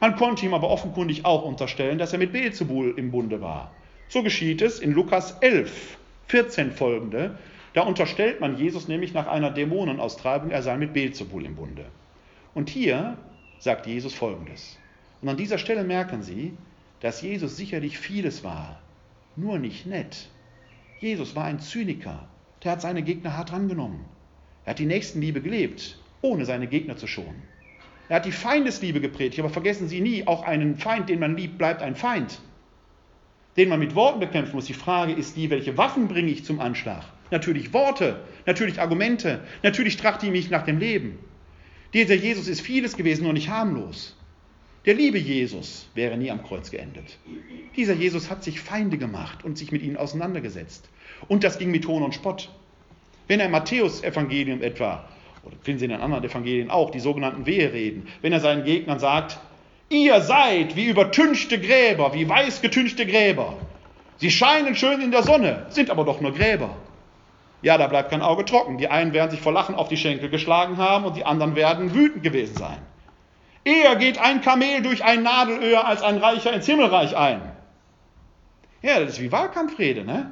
Man konnte ihm aber offenkundig auch unterstellen, dass er mit Beelzebul im Bunde war. So geschieht es in Lukas 11, 14 folgende. Da unterstellt man Jesus nämlich nach einer Dämonenaustreibung, er sei mit Beelzebul im Bunde. Und hier sagt Jesus Folgendes. Und an dieser Stelle merken Sie, dass Jesus sicherlich vieles war, nur nicht nett. Jesus war ein Zyniker, der hat seine Gegner hart rangenommen. Er hat die Nächstenliebe gelebt, ohne seine Gegner zu schonen. Er hat die Feindesliebe gepredigt, aber vergessen Sie nie, auch einen Feind, den man liebt, bleibt ein Feind, den man mit Worten bekämpfen muss. Die Frage ist die, welche Waffen bringe ich zum Anschlag? Natürlich Worte, natürlich Argumente, natürlich trachte ich mich nach dem Leben. Dieser Jesus ist vieles gewesen, nur nicht harmlos. Der liebe Jesus wäre nie am Kreuz geendet. Dieser Jesus hat sich Feinde gemacht und sich mit ihnen auseinandergesetzt. Und das ging mit Hohn und Spott. Wenn er im Matthäus-Evangelium etwa, oder finden Sie in den anderen Evangelien auch, die sogenannten Wehereden, wenn er seinen Gegnern sagt, ihr seid wie übertünchte Gräber, wie weiß getünchte Gräber. Sie scheinen schön in der Sonne, sind aber doch nur Gräber. Ja, da bleibt kein Auge trocken. Die einen werden sich vor Lachen auf die Schenkel geschlagen haben und die anderen werden wütend gewesen sein. Eher geht ein Kamel durch ein Nadelöhr als ein Reicher ins Himmelreich ein. Ja, das ist wie Wahlkampfrede, ne?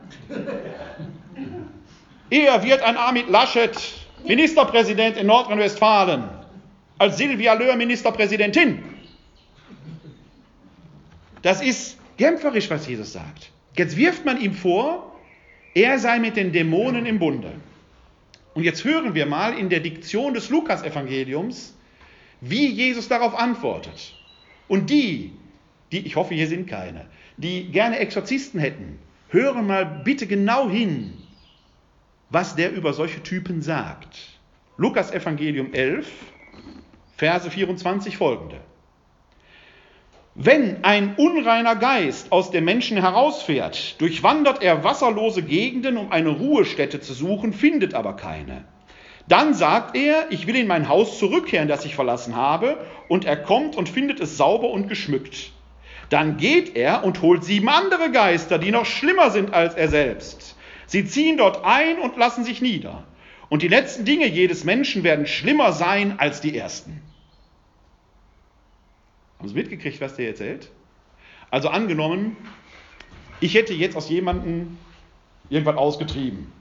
Eher wird ein Armin Laschet Ministerpräsident in Nordrhein-Westfalen als Silvia Löhr Ministerpräsidentin. Das ist kämpferisch, was Jesus sagt. Jetzt wirft man ihm vor, er sei mit den Dämonen im Bunde. Und jetzt hören wir mal in der Diktion des Lukas-Evangeliums, wie Jesus darauf antwortet. Und die, ich hoffe, hier sind keine, die gerne Exorzisten hätten, hören mal bitte genau hin, was der über solche Typen sagt. Lukas-Evangelium 11, Verse 24 folgende. Wenn ein unreiner Geist aus dem Menschen herausfährt, durchwandert er wasserlose Gegenden, um eine Ruhestätte zu suchen, findet aber keine. Dann sagt er, ich will in mein Haus zurückkehren, das ich verlassen habe, und er kommt und findet es sauber und geschmückt. Dann geht er und holt 7 andere Geister, die noch schlimmer sind als er selbst. Sie ziehen dort ein und lassen sich nieder. Und die letzten Dinge jedes Menschen werden schlimmer sein als die ersten. Haben Sie mitgekriegt, was der erzählt? Also angenommen, ich hätte jetzt aus jemandem irgendwas ausgetrieben.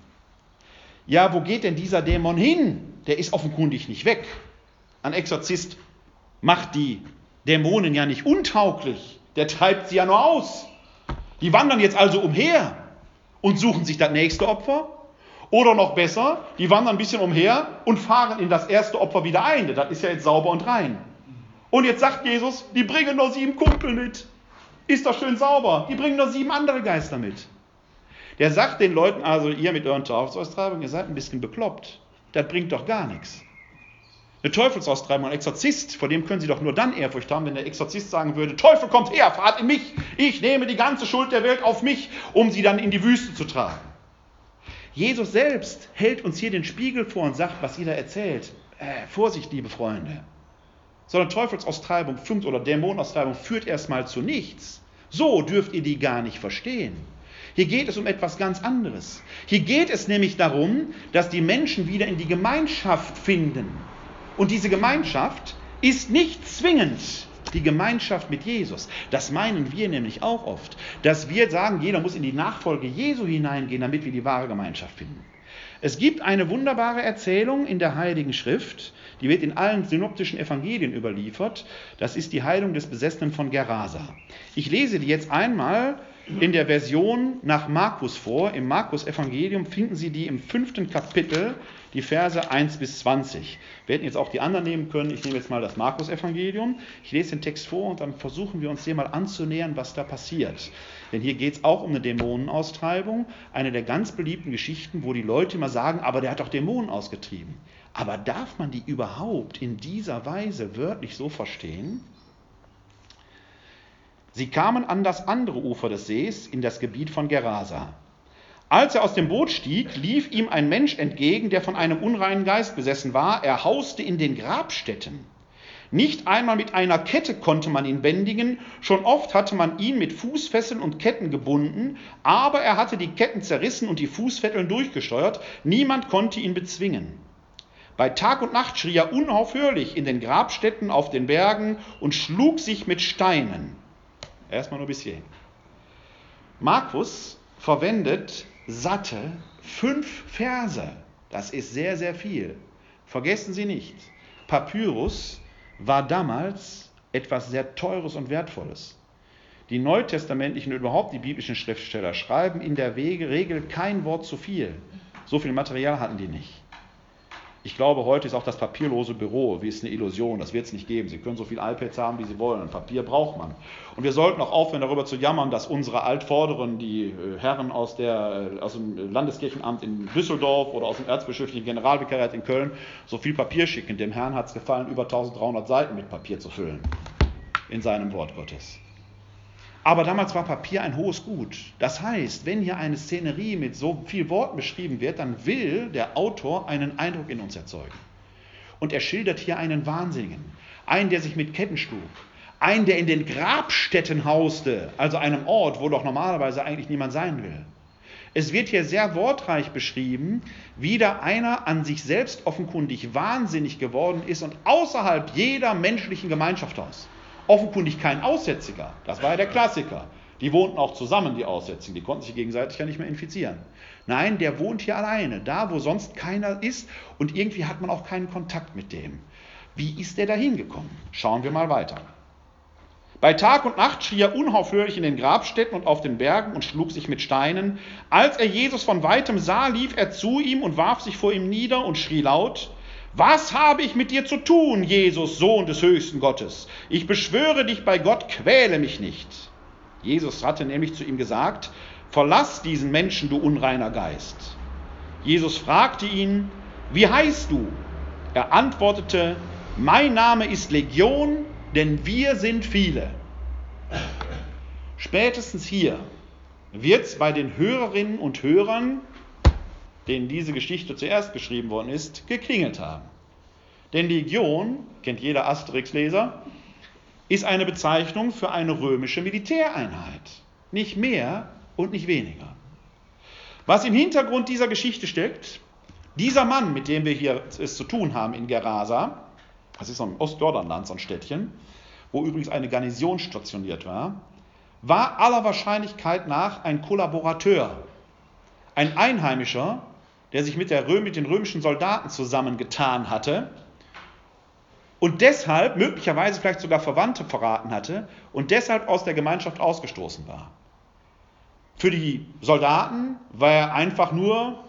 Ja, wo geht denn dieser Dämon hin? Der ist offenkundig nicht weg. Ein Exorzist macht die Dämonen ja nicht untauglich. Der treibt sie ja nur aus. Die wandern jetzt also umher und suchen sich das nächste Opfer. Oder noch besser, die wandern ein bisschen umher und fahren in das erste Opfer wieder ein. Das ist ja jetzt sauber und rein. Und jetzt sagt Jesus, die bringen nur 7 Kumpel mit. Ist doch schön sauber. Die bringen nur 7 andere Geister mit. Der sagt den Leuten also, ihr mit euren Teufelsaustreibungen, ihr seid ein bisschen bekloppt. Das bringt doch gar nichts. Eine Teufelsaustreibung, ein Exorzist, vor dem können Sie doch nur dann Ehrfurcht haben, wenn der Exorzist sagen würde, Teufel kommt her, fahrt in mich, ich nehme die ganze Schuld der Welt auf mich, um sie dann in die Wüste zu tragen. Jesus selbst hält uns hier den Spiegel vor und sagt, was ihr da erzählt. Vorsicht, liebe Freunde. So eine Teufelsaustreibung oder Dämonenaustreibung führt erstmal zu nichts. So dürft ihr die gar nicht verstehen. Hier geht es um etwas ganz anderes. Hier geht es nämlich darum, dass die Menschen wieder in die Gemeinschaft finden. Und diese Gemeinschaft ist nicht zwingend die Gemeinschaft mit Jesus. Das meinen wir nämlich auch oft, dass wir sagen, jeder muss in die Nachfolge Jesu hineingehen, damit wir die wahre Gemeinschaft finden. Es gibt eine wunderbare Erzählung in der Heiligen Schrift, die wird in allen synoptischen Evangelien überliefert. Das ist die Heilung des Besessenen von Gerasa. Ich lese die jetzt einmal in der Version nach Markus vor. Im Markus-Evangelium finden Sie die im 5. Kapitel, die Verse 1 bis 20. Wir hätten jetzt auch die anderen nehmen können. Ich nehme jetzt mal das Markus-Evangelium. Ich lese den Text vor und dann versuchen wir uns dem mal anzunähern, was da passiert. Denn hier geht es auch um eine Dämonenaustreibung. Eine der ganz beliebten Geschichten, wo die Leute immer sagen, aber der hat doch Dämonen ausgetrieben. Aber darf man die überhaupt in dieser Weise wörtlich so verstehen? Sie kamen an das andere Ufer des Sees, in das Gebiet von Gerasa. Als er aus dem Boot stieg, lief ihm ein Mensch entgegen, der von einem unreinen Geist besessen war. Er hauste in den Grabstätten. Nicht einmal mit einer Kette konnte man ihn bändigen, schon oft hatte man ihn mit Fußfesseln und Ketten gebunden, aber er hatte die Ketten zerrissen und die Fußfesseln durchgesteuert. Niemand konnte ihn bezwingen. Bei Tag und Nacht schrie er unaufhörlich in den Grabstätten, auf den Bergen und schlug sich mit Steinen. Erstmal nur bis hierhin. Markus verwendet satte 5 Verse. Das ist sehr, sehr viel. Vergessen Sie nicht, Papyrus war damals etwas sehr Teures und Wertvolles. Die neutestamentlichen und überhaupt die biblischen Schriftsteller schreiben in der Regel kein Wort zu viel. So viel Material hatten die nicht. Ich glaube, heute ist auch das papierlose Büro, wie es eine Illusion, das wird es nicht geben. Sie können so viele iPads haben, wie Sie wollen. Papier braucht man. Und wir sollten auch aufhören, darüber zu jammern, dass unsere Altvorderen, die Herren aus dem Landeskirchenamt in Düsseldorf oder aus dem erzbischöflichen Generalvikariat in Köln, so viel Papier schicken. Dem Herrn hat es gefallen, über 1300 Seiten mit Papier zu füllen in seinem Wort Gottes. Aber damals war Papier ein hohes Gut. Das heißt, wenn hier eine Szenerie mit so viel Worten beschrieben wird, dann will der Autor einen Eindruck in uns erzeugen. Und er schildert hier einen Wahnsinnigen, einen, der sich mit Ketten schlug, einen, der in den Grabstätten hauste, also einem Ort, wo doch normalerweise eigentlich niemand sein will. Es wird hier sehr wortreich beschrieben, wie da einer an sich selbst offenkundig wahnsinnig geworden ist und außerhalb jeder menschlichen Gemeinschaft aus. Offenkundig kein Aussätziger, das war ja der Klassiker. Die wohnten auch zusammen, die Aussätzigen, die konnten sich gegenseitig ja nicht mehr infizieren. Nein, der wohnt hier alleine, da wo sonst keiner ist und irgendwie hat man auch keinen Kontakt mit dem. Wie ist der da hingekommen? Schauen wir mal weiter. Bei Tag und Nacht schrie er unaufhörlich in den Grabstätten und auf den Bergen und schlug sich mit Steinen. Als er Jesus von weitem sah, lief er zu ihm und warf sich vor ihm nieder und schrie laut: Was habe ich mit dir zu tun, Jesus, Sohn des höchsten Gottes? Ich beschwöre dich bei Gott, quäle mich nicht. Jesus hatte nämlich zu ihm gesagt: Verlass diesen Menschen, du unreiner Geist. Jesus fragte ihn: Wie heißt du? Er antwortete: Mein Name ist Legion, denn wir sind viele. Spätestens hier wird es bei den Hörerinnen und Hörern, denen diese Geschichte zuerst geschrieben worden ist, geklingelt haben. Denn Legion, kennt jeder Asterix-Leser, ist eine Bezeichnung für eine römische Militäreinheit. Nicht mehr und nicht weniger. Was im Hintergrund dieser Geschichte steckt: Dieser Mann, mit dem wir hier es zu tun haben in Gerasa, das ist so im Ostjordanland, so ein Städtchen, wo übrigens eine Garnison stationiert war aller Wahrscheinlichkeit nach ein Kollaborateur, ein Einheimischer, der sich mit den römischen Soldaten zusammengetan hatte und deshalb möglicherweise vielleicht sogar Verwandte verraten hatte und deshalb aus der Gemeinschaft ausgestoßen war. Für die Soldaten war er einfach nur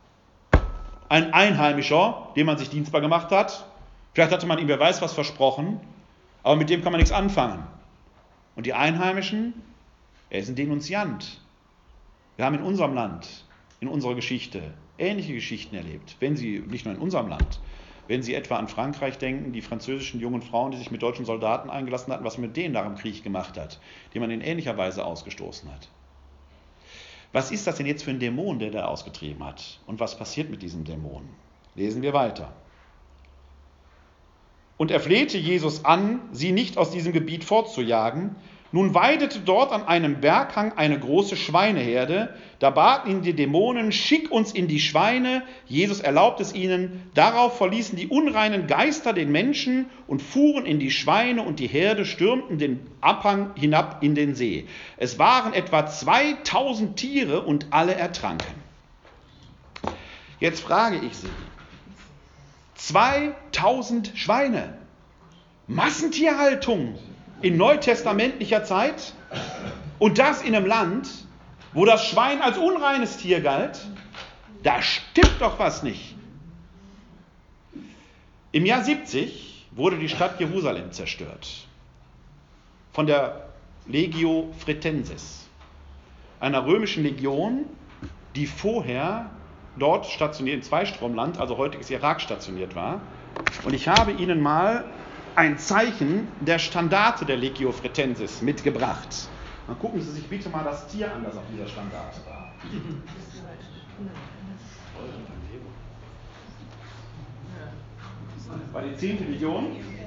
ein Einheimischer, dem man sich dienstbar gemacht hat. Vielleicht hatte man ihm wer weiß was versprochen, aber mit dem kann man nichts anfangen. Und die Einheimischen, er ist ein Denunziant. Wir haben in unserem Land, in unserer Geschichte, ähnliche Geschichten erlebt. Wenn Sie, nicht nur in unserem Land, wenn Sie etwa an Frankreich denken, die französischen jungen Frauen, die sich mit deutschen Soldaten eingelassen hatten, was man mit denen nach dem Krieg gemacht hat, die man in ähnlicher Weise ausgestoßen hat. Was ist das denn jetzt für ein Dämon, der da ausgetrieben hat? Und was passiert mit diesem Dämon? Lesen wir weiter. Und er flehte Jesus an, sie nicht aus diesem Gebiet fortzujagen. Nun weidete dort an einem Berghang eine große Schweineherde. Da baten ihn die Dämonen: Schick uns in die Schweine. Jesus erlaubte es ihnen. Darauf verließen die unreinen Geister den Menschen und fuhren in die Schweine, und die Herde stürmten den Abhang hinab in den See. Es waren etwa 2000 Tiere und alle ertranken. Jetzt frage ich Sie: 2000 Schweine. Massentierhaltung in neutestamentlicher Zeit, und das in einem Land, wo das Schwein als unreines Tier galt. Da stimmt doch was nicht. Im Jahr 70 wurde die Stadt Jerusalem zerstört von der Legio Fretensis, einer römischen Legion, die vorher dort stationiert, im Zweistromland, also heutiges Irak, stationiert war. Und ich habe Ihnen mal ein Zeichen der Standarte der Legio Fretensis mitgebracht. Dann gucken Sie sich bitte mal das Tier an, das auf dieser Standarte war. Das war die 10. Legion.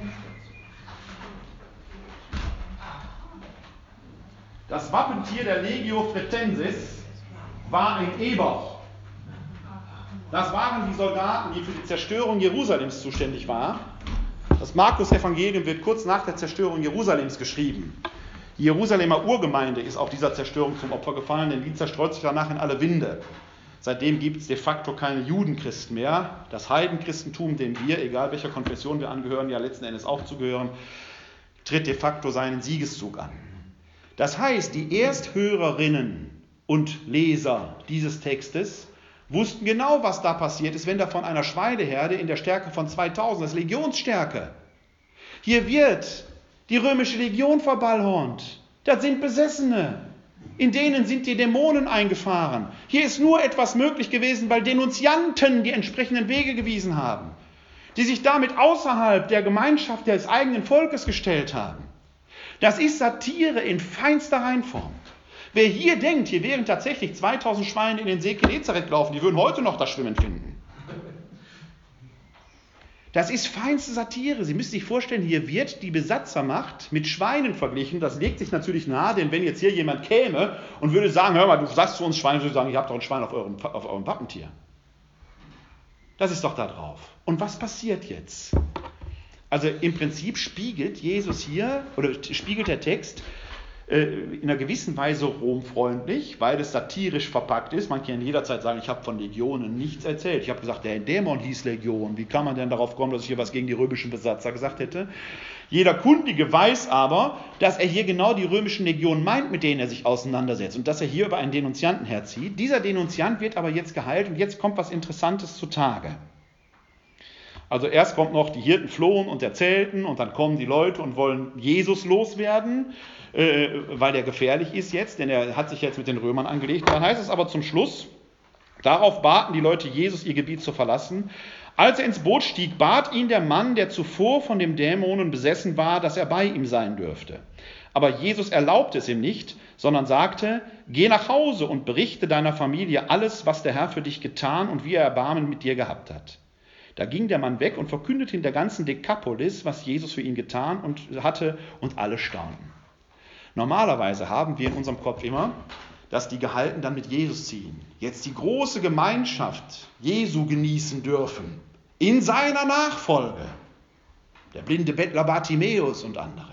Das Wappentier der Legio Fretensis war ein Eber. Das waren die Soldaten, die für die Zerstörung Jerusalems zuständig waren. Das Markus-Evangelium wird kurz nach der Zerstörung Jerusalems geschrieben. Die Jerusalemer Urgemeinde ist auch dieser Zerstörung zum Opfer gefallen, denn die zerstreut sich danach in alle Winde. Seitdem gibt es de facto keine Judenchristen mehr. Das Heidenchristentum, dem wir, egal welcher Konfession wir angehören, ja letzten Endes auch zugehören, tritt de facto seinen Siegeszug an. Das heißt, die Ersthörerinnen und Leser dieses Textes wussten genau, was da passiert ist, wenn da von einer Schweineherde in der Stärke von 2000, das ist Legionsstärke. Hier wird die römische Legion verballhornt. Das sind Besessene. In denen sind die Dämonen eingefahren. Hier ist nur etwas möglich gewesen, weil Denunzianten die entsprechenden Wege gewiesen haben, die sich damit außerhalb der Gemeinschaft des eigenen Volkes gestellt haben. Das ist Satire in feinster Reinform. Wer hier denkt, hier wären tatsächlich 2000 Schweine in den See Genezareth gelaufen, die würden heute noch das Schwimmen finden. Das ist feinste Satire. Sie müssen sich vorstellen, hier wird die Besatzermacht mit Schweinen verglichen. Das legt sich natürlich nahe, denn wenn jetzt hier jemand käme und würde sagen, hör mal, du sagst zu uns Schweine, würde ich sagen, ihr habt doch ein Schwein auf eurem Wappentier. Das ist doch da drauf. Und was passiert jetzt? Also im Prinzip spiegelt Jesus hier, oder spiegelt der Text in einer gewissen Weise romfreundlich, weil es satirisch verpackt ist. Man kann jederzeit sagen, ich habe von Legionen nichts erzählt. Ich habe gesagt, der Dämon hieß Legion. Wie kann man denn darauf kommen, dass ich hier was gegen die römischen Besatzer gesagt hätte? Jeder Kundige weiß aber, dass er hier genau die römischen Legionen meint, mit denen er sich auseinandersetzt und dass er hier über einen Denunzianten herzieht. Dieser Denunziant wird aber jetzt geheilt und jetzt kommt was Interessantes zutage. Also erst kommt noch, die Hirten flohen und erzählten und dann kommen die Leute und wollen Jesus loswerden, weil der gefährlich ist jetzt, denn er hat sich jetzt mit den Römern angelegt. Dann heißt es aber zum Schluss, darauf baten die Leute Jesus, ihr Gebiet zu verlassen. Als er ins Boot stieg, bat ihn der Mann, der zuvor von dem Dämonen besessen war, dass er bei ihm sein dürfte. Aber Jesus erlaubte es ihm nicht, sondern sagte, geh nach Hause und berichte deiner Familie alles, was der Herr für dich getan und wie er Erbarmen mit dir gehabt hat. Da ging der Mann weg und verkündete in der ganzen Dekapolis, was Jesus für ihn getan hatte, und alle staunten. Normalerweise haben wir in unserem Kopf immer, dass die Gehalten dann mit Jesus ziehen, jetzt die große Gemeinschaft Jesu genießen dürfen, in seiner Nachfolge. Der blinde Bettler Bartimäus und andere.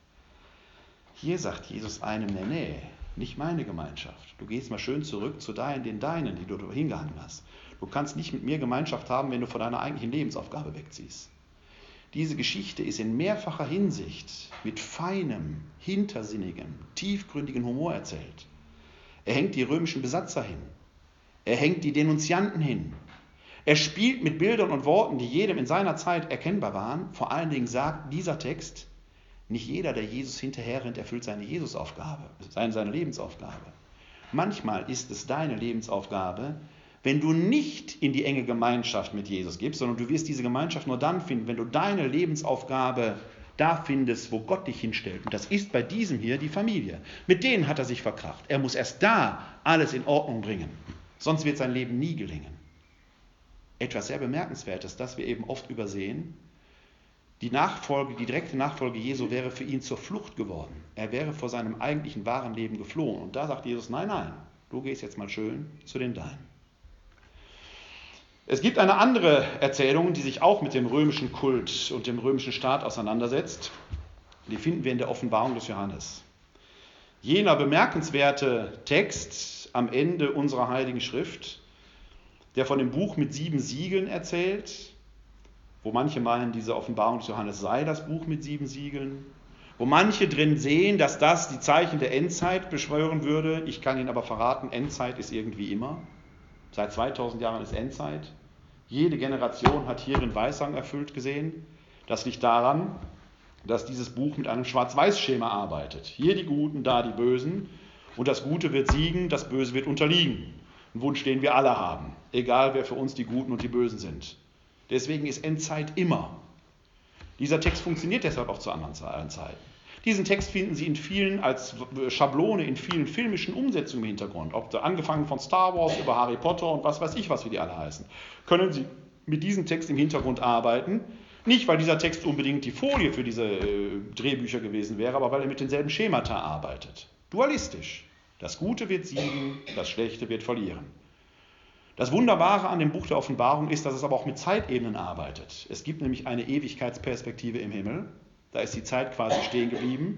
Hier sagt Jesus einem, nee, nicht meine Gemeinschaft. Du gehst mal schön zurück zu den Deinen, die du hingehangen hast. Du kannst nicht mit mir Gemeinschaft haben, wenn du von deiner eigentlichen Lebensaufgabe wegziehst. Diese Geschichte ist in mehrfacher Hinsicht mit feinem, hintersinnigem, tiefgründigem Humor erzählt. Er hängt die römischen Besatzer hin. Er hängt die Denunzianten hin. Er spielt mit Bildern und Worten, die jedem in seiner Zeit erkennbar waren. Vor allen Dingen sagt dieser Text, nicht jeder, der Jesus hinterherrennt, erfüllt seine seine Lebensaufgabe. Manchmal ist es deine Lebensaufgabe, wenn du nicht in die enge Gemeinschaft mit Jesus gibst, sondern du wirst diese Gemeinschaft nur dann finden, wenn du deine Lebensaufgabe da findest, wo Gott dich hinstellt. Und das ist bei diesem hier die Familie. Mit denen hat er sich verkracht. Er muss erst da alles in Ordnung bringen. Sonst wird sein Leben nie gelingen. Etwas sehr Bemerkenswertes, das wir eben oft übersehen. Die direkte Nachfolge Jesu wäre für ihn zur Flucht geworden. Er wäre vor seinem eigentlichen wahren Leben geflohen. Und da sagt Jesus, nein, du gehst jetzt mal schön zu den Deinen. Es gibt eine andere Erzählung, die sich auch mit dem römischen Kult und dem römischen Staat auseinandersetzt. Die finden wir in der Offenbarung des Johannes. Jener bemerkenswerte Text am Ende unserer Heiligen Schrift, der von dem Buch mit 7 Siegeln erzählt, wo manche meinen, diese Offenbarung des Johannes sei das Buch mit 7 Siegeln, wo manche drin sehen, dass das die Zeichen der Endzeit beschwören würde. Ich kann Ihnen aber verraten, Endzeit ist irgendwie immer. Seit 2000 Jahren ist Endzeit. Jede Generation hat hierin Weissagen erfüllt gesehen. Das liegt daran, dass dieses Buch mit einem Schwarz-Weiß-Schema arbeitet. Hier die Guten, da die Bösen. Und das Gute wird siegen, das Böse wird unterliegen. Ein Wunsch, den wir alle haben. Egal, wer für uns die Guten und die Bösen sind. Deswegen ist Endzeit immer. Dieser Text funktioniert deshalb auch zu anderen Zeiten. Diesen Text finden Sie in vielen als Schablone in vielen filmischen Umsetzungen im Hintergrund. Angefangen von Star Wars über Harry Potter und was weiß ich, was wie die alle heißen. Können Sie mit diesem Text im Hintergrund arbeiten. Nicht, weil dieser Text unbedingt die Folie für diese Drehbücher gewesen wäre, aber weil er mit denselben Schemata arbeitet. Dualistisch. Das Gute wird siegen, das Schlechte wird verlieren. Das Wunderbare an dem Buch der Offenbarung ist, dass es aber auch mit Zeitebenen arbeitet. Es gibt nämlich eine Ewigkeitsperspektive im Himmel, da ist die Zeit quasi stehen geblieben.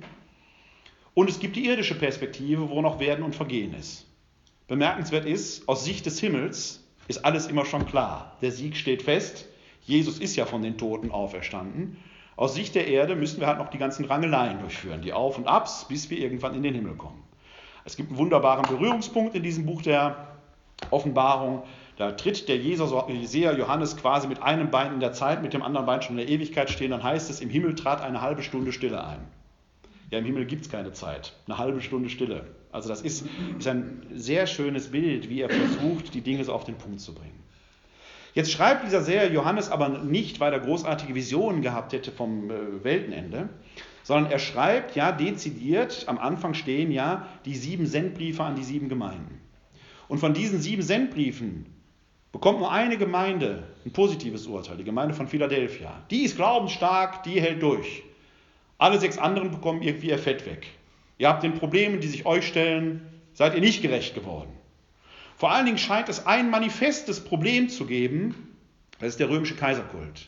Und es gibt die irdische Perspektive, wo noch Werden und Vergehen ist. Bemerkenswert ist, aus Sicht des Himmels ist alles immer schon klar. Der Sieg steht fest, Jesus ist ja von den Toten auferstanden. Aus Sicht der Erde müssen wir halt noch die ganzen Rangeleien durchführen, die Auf und Abs, bis wir irgendwann in den Himmel kommen. Es gibt einen wunderbaren Berührungspunkt in diesem Buch der Offenbarung. Da tritt der Seher Johannes quasi mit einem Bein in der Zeit, mit dem anderen Bein schon in der Ewigkeit stehen. Dann heißt es, im Himmel trat eine halbe Stunde Stille ein. Ja, im Himmel gibt es keine Zeit. Eine halbe Stunde Stille. Also das ist ein sehr schönes Bild, wie er versucht, die Dinge so auf den Punkt zu bringen. Jetzt schreibt dieser Seher Johannes aber nicht, weil er großartige Visionen gehabt hätte vom Weltenende, sondern er schreibt ja dezidiert, am Anfang stehen ja die 7 Sendbriefe an die 7 Gemeinden. Und von diesen 7 Sendbriefen bekommt nur eine Gemeinde ein positives Urteil, die Gemeinde von Philadelphia. Die ist glaubensstark, die hält durch. Alle 6 anderen bekommen irgendwie ihr Fett weg. Ihr habt den Problemen, die sich euch stellen, seid ihr nicht gerecht geworden. Vor allen Dingen scheint es ein manifestes Problem zu geben, das ist der römische Kaiserkult.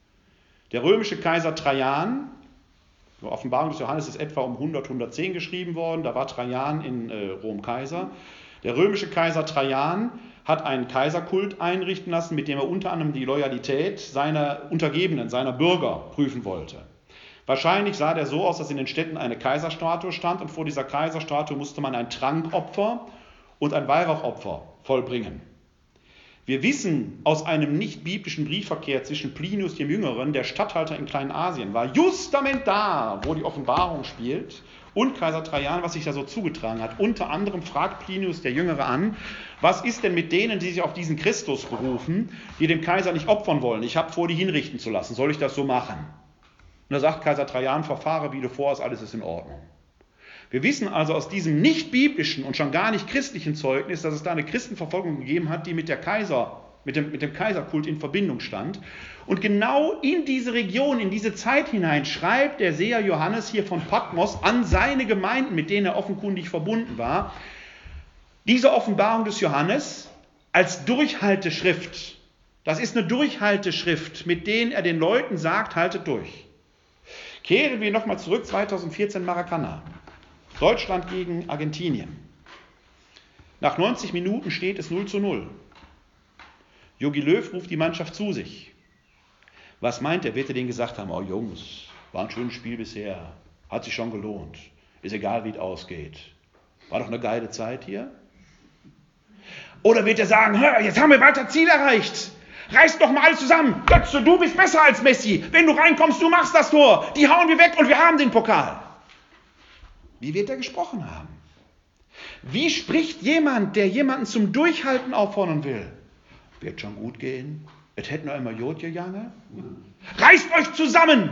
Der römische Kaiser Trajan, die Offenbarung des Johannes ist etwa um 100, 110 geschrieben worden, da war Trajan in Rom Kaiser. Der römische Kaiser Trajan hat einen Kaiserkult einrichten lassen, mit dem er unter anderem die Loyalität seiner Untergebenen, seiner Bürger prüfen wollte. Wahrscheinlich sah der so aus, dass in den Städten eine Kaiserstatue stand und vor dieser Kaiserstatue musste man ein Trankopfer und ein Weihrauchopfer vollbringen. Wir wissen aus einem nicht-biblischen Briefverkehr zwischen Plinius dem Jüngeren, der Statthalter in Kleinasien, war justament da, wo die Offenbarung spielt, und Kaiser Trajan, was sich da so zugetragen hat. Unter anderem fragt Plinius der Jüngere an, was ist denn mit denen, die sich auf diesen Christus berufen, die dem Kaiser nicht opfern wollen? Ich habe vor, die hinrichten zu lassen. Soll ich das so machen? Und da sagt Kaiser Trajan, verfahre wie du vorhast, alles ist in Ordnung. Wir wissen also aus diesem nicht biblischen und schon gar nicht christlichen Zeugnis, dass es da eine Christenverfolgung gegeben hat, die mit dem Kaiserkult in Verbindung stand. Und genau in diese Region, in diese Zeit hinein schreibt der Seher Johannes hier von Patmos an seine Gemeinden, mit denen er offenkundig verbunden war, diese Offenbarung des Johannes als Durchhalteschrift. Das ist eine Durchhalteschrift, mit denen er den Leuten sagt, haltet durch. Kehren wir nochmal zurück, 2014 Maracanã. Deutschland gegen Argentinien. Nach 90 Minuten steht es 0:0. Jogi Löw ruft die Mannschaft zu sich. Was meint er? Wird er denen gesagt haben, oh Jungs, war ein schönes Spiel bisher, hat sich schon gelohnt, ist egal wie es ausgeht. War doch eine geile Zeit hier. Oder wird er sagen, hör, jetzt haben wir bald das Ziel erreicht. Reißt doch mal alles zusammen. Götze, du bist besser als Messi. Wenn du reinkommst, du machst das Tor. Die hauen wir weg und wir haben den Pokal. Wie wird er gesprochen haben? Wie spricht jemand, der jemanden zum Durchhalten auffordern will? Wird schon gut gehen. Es hätte noch einmal Jod gegangen. Reißt euch zusammen!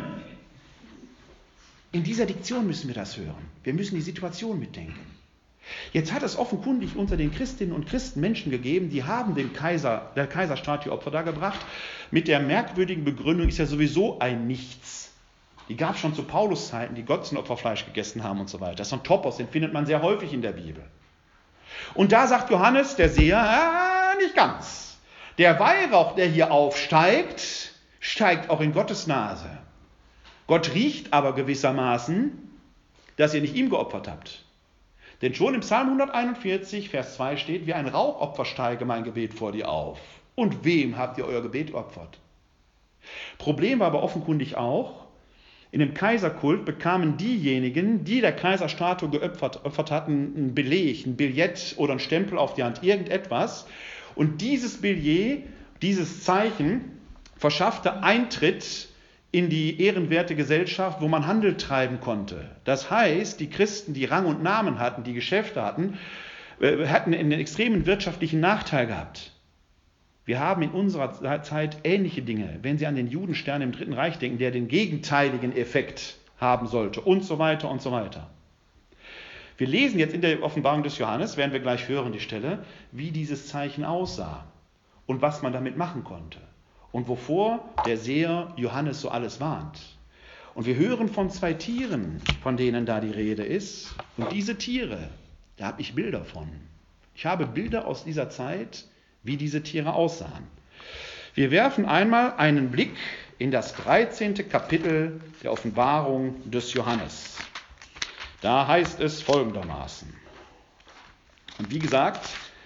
In dieser Diktion müssen wir das hören. Wir müssen die Situation mitdenken. Jetzt hat es offenkundig unter den Christinnen und Christen Menschen gegeben, die haben der Kaiserstatue Opfer dargebracht, mit der merkwürdigen Begründung, ist ja sowieso ein Nichts. Die gab es schon zu Paulus Zeiten, die Götzenopferfleisch gegessen haben und so weiter. Das ist ein Topos, den findet man sehr häufig in der Bibel. Und da sagt Johannes, der Seher, nicht ganz. Der Weihrauch, der hier aufsteigt, steigt auch in Gottes Nase. Gott riecht aber gewissermaßen, dass ihr nicht ihm geopfert habt. Denn schon im Psalm 141, Vers 2 steht, wie ein Rauchopfer steige mein Gebet vor dir auf. Und wem habt ihr euer Gebet geopfert? Problem war aber offenkundig auch, in dem Kaiserkult bekamen diejenigen, die der Kaiserstatue geopfert hatten, einen Beleg, ein Billett oder einen Stempel auf die Hand, irgendetwas. Und dieses Billett, dieses Zeichen, verschaffte Eintritt in die ehrenwerte Gesellschaft, wo man Handel treiben konnte. Das heißt, die Christen, die Rang und Namen hatten, die Geschäfte hatten, hatten einen extremen wirtschaftlichen Nachteil gehabt. Wir haben in unserer Zeit ähnliche Dinge, wenn Sie an den Judenstern im Dritten Reich denken, der den gegenteiligen Effekt haben sollte und so weiter und so weiter. Wir lesen jetzt in der Offenbarung des Johannes, werden wir gleich hören, die Stelle, wie dieses Zeichen aussah und was man damit machen konnte und wovor der Seher Johannes so alles warnt. Und wir hören von 2 Tieren, von denen da die Rede ist. Und diese Tiere, da habe ich Bilder von. Ich habe Bilder aus dieser Zeit, wie diese Tiere aussahen. Wir werfen einmal einen Blick in das 13. Kapitel der Offenbarung des Johannes. Da heißt es folgendermaßen. Und wie gesagt,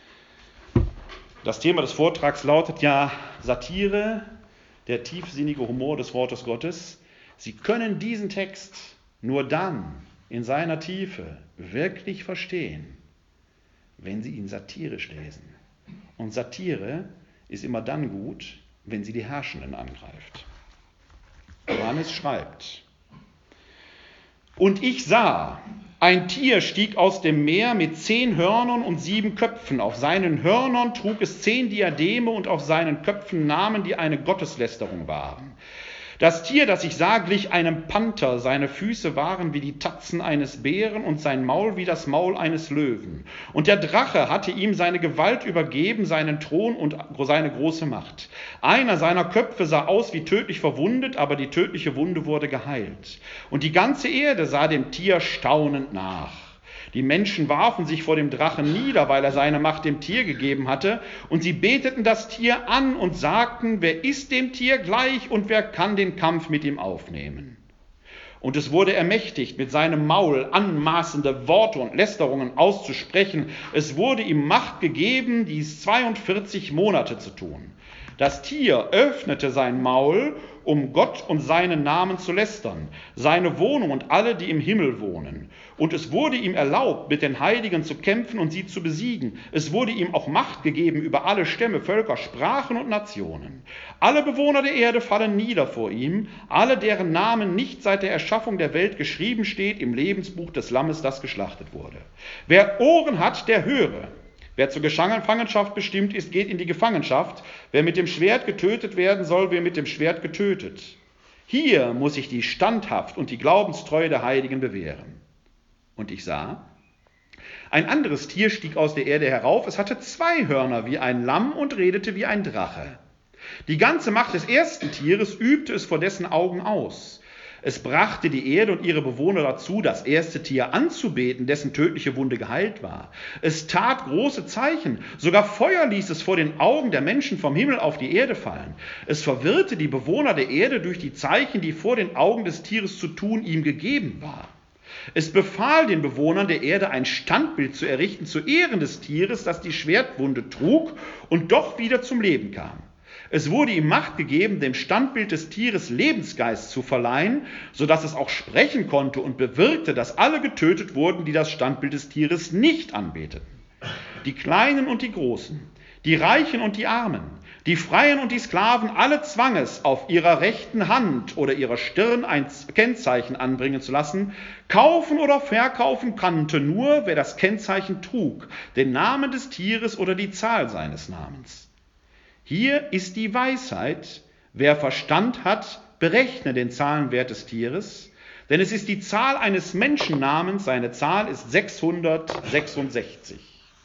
das Thema des Vortrags lautet ja Satire, der tiefsinnige Humor des Wortes Gottes. Sie können diesen Text nur dann in seiner Tiefe wirklich verstehen, wenn Sie ihn satirisch lesen. Und Satire ist immer dann gut, wenn sie die Herrschenden angreift. Johannes schreibt: Und ich sah, ein Tier stieg aus dem Meer mit 10 Hörnern und 7 Köpfen. Auf seinen Hörnern trug es 10 Diademe und auf seinen Köpfen Namen, die eine Gotteslästerung waren. Das Tier, das ich sah, glich einem Panther. Seine Füße waren wie die Tatzen eines Bären und sein Maul wie das Maul eines Löwen. Und der Drache hatte ihm seine Gewalt übergeben, seinen Thron und seine große Macht. Einer seiner Köpfe sah aus wie tödlich verwundet, aber die tödliche Wunde wurde geheilt. Und die ganze Erde sah dem Tier staunend nach. Die Menschen warfen sich vor dem Drachen nieder, weil er seine Macht dem Tier gegeben hatte. Und sie beteten das Tier an und sagten, wer ist dem Tier gleich und wer kann den Kampf mit ihm aufnehmen? Und es wurde ermächtigt, mit seinem Maul anmaßende Worte und Lästerungen auszusprechen. Es wurde ihm Macht gegeben, dies 42 Monate zu tun. Das Tier öffnete sein Maul, um Gott und seinen Namen zu lästern, seine Wohnung und alle, die im Himmel wohnen. Und es wurde ihm erlaubt, mit den Heiligen zu kämpfen und sie zu besiegen. Es wurde ihm auch Macht gegeben über alle Stämme, Völker, Sprachen und Nationen. Alle Bewohner der Erde fallen nieder vor ihm, alle, deren Namen nicht seit der Erschaffung der Welt geschrieben steht im Lebensbuch des Lammes, das geschlachtet wurde. Wer Ohren hat, der höre. Wer zur Gefangenschaft bestimmt ist, geht in die Gefangenschaft. Wer mit dem Schwert getötet werden soll, wird mit dem Schwert getötet. Hier muss sich die Standhaft und die Glaubenstreue der Heiligen bewähren. Und ich sah, ein anderes Tier stieg aus der Erde herauf. Es hatte 2 Hörner wie ein Lamm und redete wie ein Drache. Die ganze Macht des ersten Tieres übte es vor dessen Augen aus. Es brachte die Erde und ihre Bewohner dazu, das erste Tier anzubeten, dessen tödliche Wunde geheilt war. Es tat große Zeichen, sogar Feuer ließ es vor den Augen der Menschen vom Himmel auf die Erde fallen. Es verwirrte die Bewohner der Erde durch die Zeichen, die vor den Augen des Tieres zu tun ihm gegeben war. Es befahl den Bewohnern der Erde, ein Standbild zu errichten zu Ehren des Tieres, das die Schwertwunde trug und doch wieder zum Leben kam. Es wurde ihm Macht gegeben, dem Standbild des Tieres Lebensgeist zu verleihen, sodass es auch sprechen konnte und bewirkte, dass alle getötet wurden, die das Standbild des Tieres nicht anbeteten. Die Kleinen und die Großen, die Reichen und die Armen, die Freien und die Sklaven, alle zwang es, auf ihrer rechten Hand oder ihrer Stirn ein Kennzeichen anbringen zu lassen. Kaufen oder verkaufen konnte nur, wer das Kennzeichen trug, den Namen des Tieres oder die Zahl seines Namens. Hier ist die Weisheit. Wer Verstand hat, berechne den Zahlenwert des Tieres, denn es ist die Zahl eines Menschennamens, seine Zahl ist 666.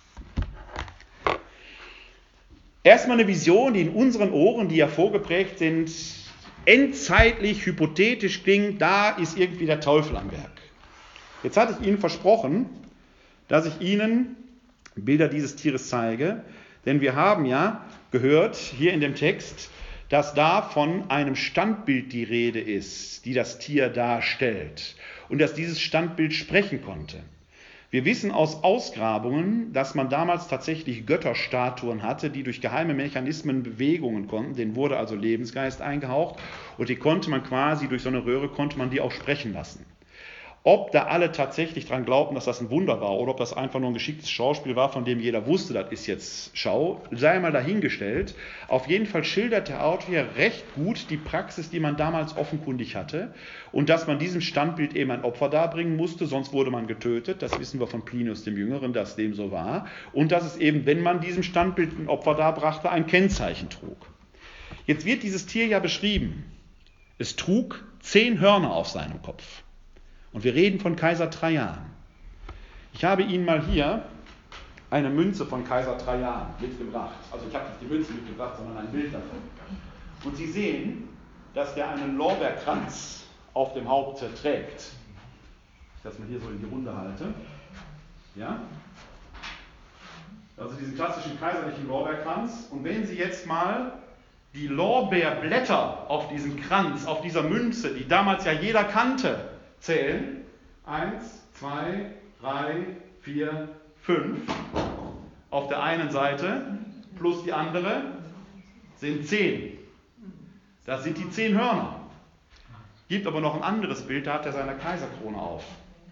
Erstmal eine Vision, die in unseren Ohren, die ja vorgeprägt sind, endzeitlich, hypothetisch klingt, da ist irgendwie der Teufel am Werk. Jetzt hatte ich Ihnen versprochen, dass ich Ihnen Bilder dieses Tieres zeige, denn wir haben ja gehört hier in dem Text, dass da von einem Standbild die Rede ist, die das Tier darstellt und dass dieses Standbild sprechen konnte. Wir wissen aus Ausgrabungen, dass man damals tatsächlich Götterstatuen hatte, die durch geheime Mechanismen Bewegungen konnten. Denen wurde also Lebensgeist eingehaucht und die konnte man quasi durch so eine Röhre, konnte man die auch sprechen lassen. Ob da alle tatsächlich dran glaubten, dass das ein Wunder war oder ob das einfach nur ein geschicktes Schauspiel war, von dem jeder wusste, das ist jetzt Schau, sei mal dahingestellt. Auf jeden Fall schildert der Autor hier recht gut die Praxis, die man damals offenkundig hatte und dass man diesem Standbild eben ein Opfer darbringen musste, sonst wurde man getötet. Das wissen wir von Plinius dem Jüngeren, dass dem so war. Und dass es eben, wenn man diesem Standbild ein Opfer darbrachte, ein Kennzeichen trug. Jetzt wird dieses Tier ja beschrieben. Es trug 10 Hörner auf seinem Kopf. Und wir reden von Kaiser Trajan. Ich habe Ihnen mal hier eine Münze von Kaiser Trajan mitgebracht. Also ich habe nicht die Münze mitgebracht, sondern ein Bild davon. Und Sie sehen, dass der einen Lorbeerkranz auf dem Haupt trägt. Ich das mal hier so in die Runde halte. Ja? Also diesen klassischen kaiserlichen Lorbeerkranz. Und wenn Sie jetzt mal die Lorbeerblätter auf diesem Kranz, auf dieser Münze, die damals ja jeder kannte, zählen. 1, 2, 3, 4, 5. Auf der einen Seite plus die andere sind 10. Das sind die 10 Hörner. Gibt aber noch ein anderes Bild, da hat er seine Kaiserkrone auf.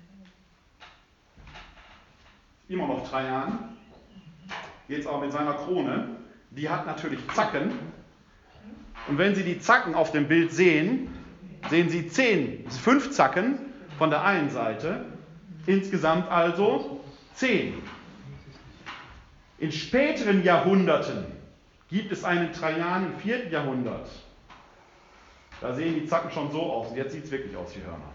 Immer noch Trajan. Jetzt aber mit seiner Krone. Die hat natürlich Zacken. Und wenn Sie die Zacken auf dem Bild sehen, sehen Sie 5 Zacken von der einen Seite. Insgesamt also 10. In späteren Jahrhunderten gibt es einen Trajan im 4. Jahrhundert. Da sehen die Zacken schon so aus. Und jetzt sieht es wirklich aus wie Hörner.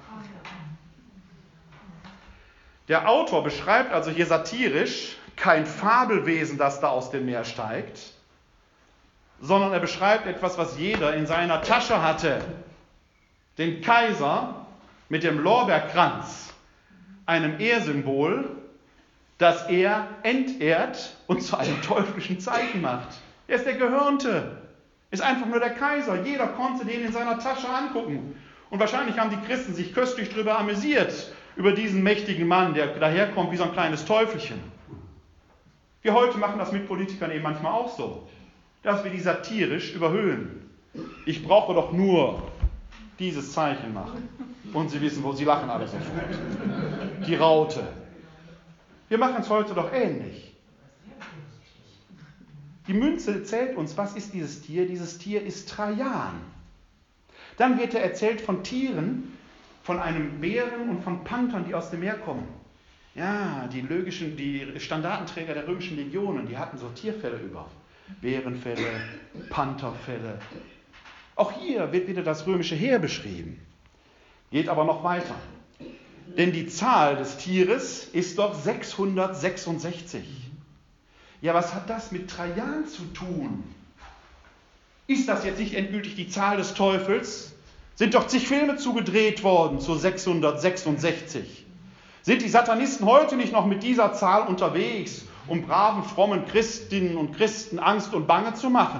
Der Autor beschreibt also hier satirisch kein Fabelwesen, das da aus dem Meer steigt, sondern er beschreibt etwas, was jeder in seiner Tasche hatte. Den Kaiser mit dem Lorbeerkranz, einem Ehrsymbol, das er entehrt und zu einem teuflischen Zeichen macht. Er ist der Gehörnte, ist einfach nur der Kaiser. Jeder konnte den in seiner Tasche angucken. Und wahrscheinlich haben die Christen sich köstlich darüber amüsiert, über diesen mächtigen Mann, der daherkommt wie so ein kleines Teufelchen. Wir heute machen das mit Politikern eben manchmal auch so, dass wir die satirisch überhöhen. Ich brauche doch nur dieses Zeichen machen. Und Sie wissen, wo Sie lachen alle sofort. Die Raute. Wir machen es heute doch ähnlich. Die Münze erzählt uns, was ist dieses Tier? Dieses Tier ist Trajan. Dann wird erzählt von Tieren, von einem Bären und von Panthern, die aus dem Meer kommen. Ja, die Standartenträger der römischen Legionen, die hatten so Tierfelle über. Bärenfelle, Pantherfelle. Auch hier wird wieder das römische Heer beschrieben. Geht aber noch weiter. Denn die Zahl des Tieres ist doch 666. Ja, was hat das mit Trajan zu tun? Ist das jetzt nicht endgültig die Zahl des Teufels? Sind doch zig Filme zugedreht worden zu 666. Sind die Satanisten heute nicht noch mit dieser Zahl unterwegs, um braven, frommen Christinnen und Christen Angst und Bange zu machen?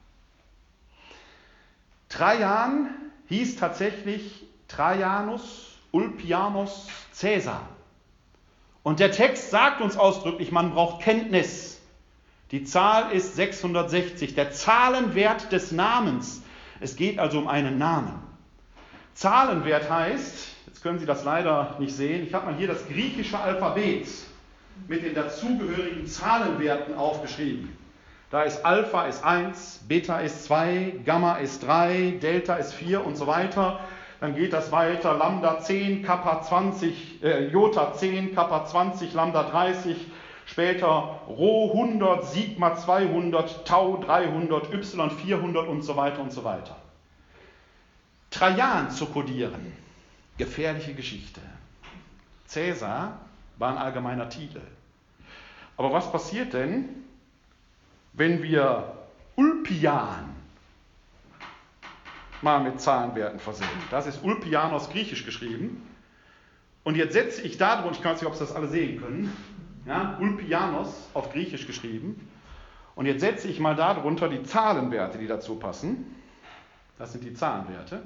Trajan hieß tatsächlich Trajanus Ulpianus Caesar. Und der Text sagt uns ausdrücklich, man braucht Kenntnis. Die Zahl ist 660, der Zahlenwert des Namens. Es geht also um einen Namen. Zahlenwert heißt, jetzt können Sie das leider nicht sehen, ich habe mal hier das griechische Alphabet mit den dazugehörigen Zahlenwerten aufgeschrieben. Da ist Alpha ist 1, Beta ist 2, Gamma ist 3, Delta ist 4 und so weiter. Dann geht das weiter, Lambda 10, Kappa 20, Jota 10, Kappa 20, Lambda 30, später Rho 100, Sigma 200, Tau 300, Y 400 und so weiter und so weiter. Trajan zu kodieren, gefährliche Geschichte. Caesar war ein allgemeiner Titel. Aber was passiert denn, wenn wir Ulpian mal mit Zahlenwerten versehen? Das ist Ulpianos griechisch geschrieben. Und jetzt setze ich da drunter, ich weiß nicht, ob Sie das alle sehen können, ja, Ulpianos auf griechisch geschrieben. Und jetzt setze ich mal da drunter die Zahlenwerte, die dazu passen. Das sind die Zahlenwerte.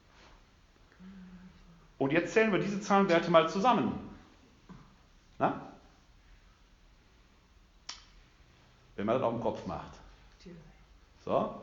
Und jetzt zählen wir diese Zahlenwerte mal zusammen. Na? Wenn man das auf dem Kopf macht. So.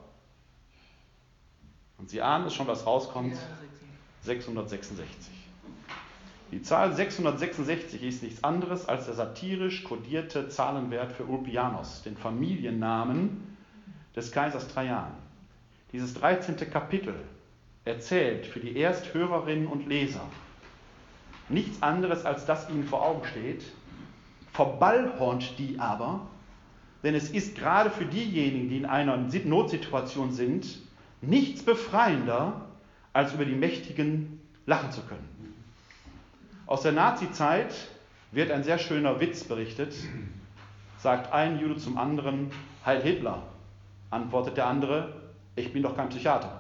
Und Sie ahnen es schon, was rauskommt. 666. Die Zahl 666 ist nichts anderes als der satirisch kodierte Zahlenwert für Ulpianos, den Familiennamen des Kaisers Trajan. Dieses 13. Kapitel erzählt für die Ersthörerinnen und Leser nichts anderes, als das ihnen vor Augen steht, verballhornt die aber, denn es ist gerade für diejenigen, die in einer Notsituation sind, nichts befreiender, als über die Mächtigen lachen zu können. Aus der Nazi-Zeit wird ein sehr schöner Witz berichtet, sagt ein Jude zum anderen, Heil Hitler, antwortet der andere, ich bin doch kein Psychiater.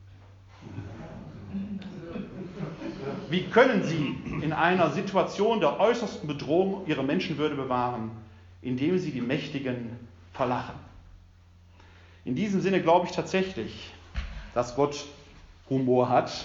Wie können Sie in einer Situation der äußersten Bedrohung Ihre Menschenwürde bewahren? indem sie die Mächtigen verlachen. In diesem Sinne glaube ich tatsächlich, dass Gott Humor hat.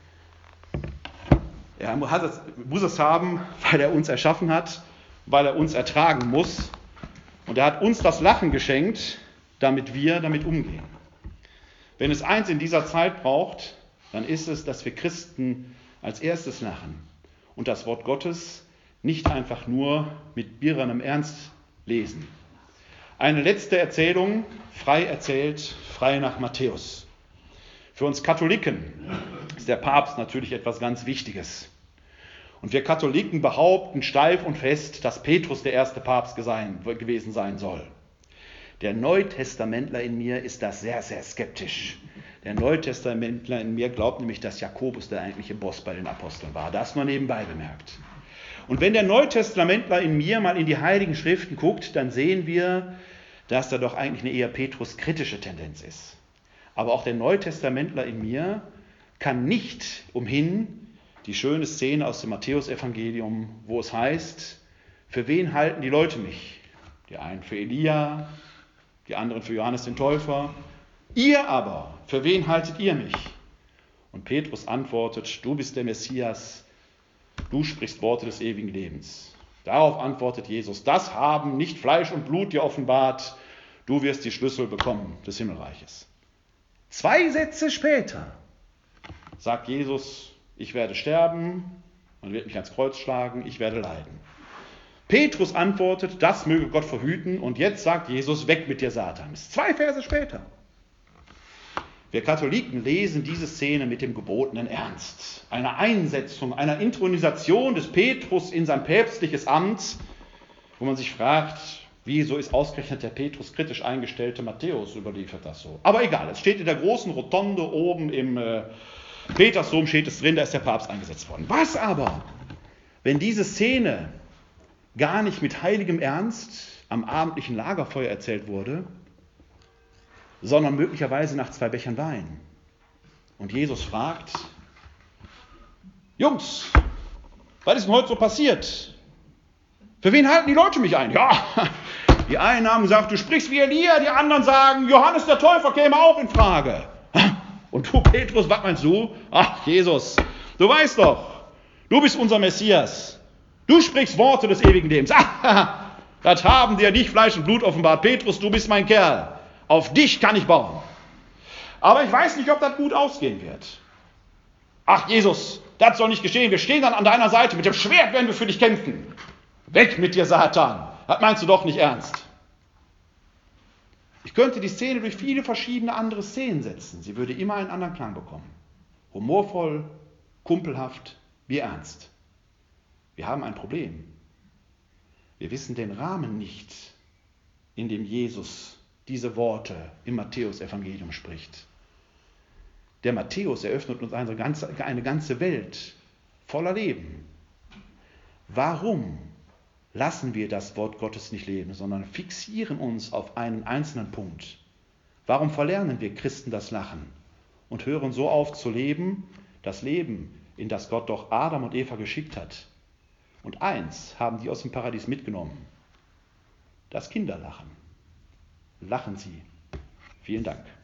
Er muss es haben, weil er uns erschaffen hat, weil er uns ertragen muss. Und er hat uns das Lachen geschenkt, damit wir damit umgehen. Wenn es eins in dieser Zeit braucht, dann ist es, dass wir Christen als erstes lachen und das Wort Gottes nicht einfach nur mit bierernem Ernst lesen. Eine letzte Erzählung, frei erzählt, frei nach Matthäus. Für uns Katholiken ist der Papst natürlich etwas ganz Wichtiges. Und wir Katholiken behaupten steif und fest, dass Petrus der erste Papst gewesen sein soll. Der Neutestamentler in mir ist das sehr, sehr skeptisch. Der Neutestamentler in mir glaubt nämlich, dass Jakobus der eigentliche Boss bei den Aposteln war. Das nur nebenbei bemerkt. Und wenn der Neutestamentler in mir mal in die Heiligen Schriften guckt, dann sehen wir, dass da doch eigentlich eine eher Petrus-kritische Tendenz ist. Aber auch der Neutestamentler in mir kann nicht umhin, die schöne Szene aus dem Matthäusevangelium, wo es heißt, für wen halten die Leute mich? Die einen für Elia, die anderen für Johannes den Täufer. Ihr aber, für wen haltet ihr mich? Und Petrus antwortet, du bist der Messias, du sprichst Worte des ewigen Lebens. Darauf antwortet Jesus, das haben nicht Fleisch und Blut dir offenbart, du wirst die Schlüssel bekommen des Himmelreiches. 2 Sätze später sagt Jesus, ich werde sterben, man wird mich ans Kreuz schlagen, ich werde leiden. Petrus antwortet, das möge Gott verhüten, und jetzt sagt Jesus, weg mit dir, Satan. Das ist 2 Verse später. Wir Katholiken lesen diese Szene mit dem gebotenen Ernst, einer Einsetzung, einer Inthronisation des Petrus in sein päpstliches Amt, wo man sich fragt, wieso ist ausgerechnet der Petrus kritisch eingestellte Matthäus überliefert das so. Aber egal, es steht in der großen Rotonde oben im Petersdom, steht es drin, da ist der Papst eingesetzt worden. Was aber, wenn diese Szene gar nicht mit heiligem Ernst am abendlichen Lagerfeuer erzählt wurde, sondern möglicherweise nach 2 Bechern Wein. Und Jesus fragt, Jungs, was ist denn heute so passiert? Für wen halten die Leute mich ein? Ja, die einen haben gesagt, du sprichst wie Elia, die anderen sagen, Johannes der Täufer käme auch in Frage. Und du, Petrus, was meinst du? Ach, Jesus, du weißt doch, du bist unser Messias. Du sprichst Worte des ewigen Lebens. Ah, das haben dir nicht Fleisch und Blut offenbart. Petrus, du bist mein Kerl. Auf dich kann ich bauen. Aber ich weiß nicht, ob das gut ausgehen wird. Ach, Jesus, das soll nicht geschehen. Wir stehen dann an deiner Seite. Mit dem Schwert werden wir für dich kämpfen. Weg mit dir, Satan. Das meinst du doch nicht ernst. Ich könnte die Szene durch viele verschiedene andere Szenen setzen. Sie würde immer einen anderen Klang bekommen. Humorvoll, kumpelhaft, wie ernst. Wir haben ein Problem. Wir wissen den Rahmen nicht, in dem Jesus diese Worte im Matthäusevangelium spricht. Der Matthäus eröffnet uns eine ganze Welt voller Leben. Warum lassen wir das Wort Gottes nicht leben, sondern fixieren uns auf einen einzelnen Punkt? Warum verlernen wir Christen das Lachen und hören so auf zu leben, das Leben, in das Gott doch Adam und Eva geschickt hat? Und eins haben die aus dem Paradies mitgenommen: das Kinderlachen. Lachen Sie. Vielen Dank.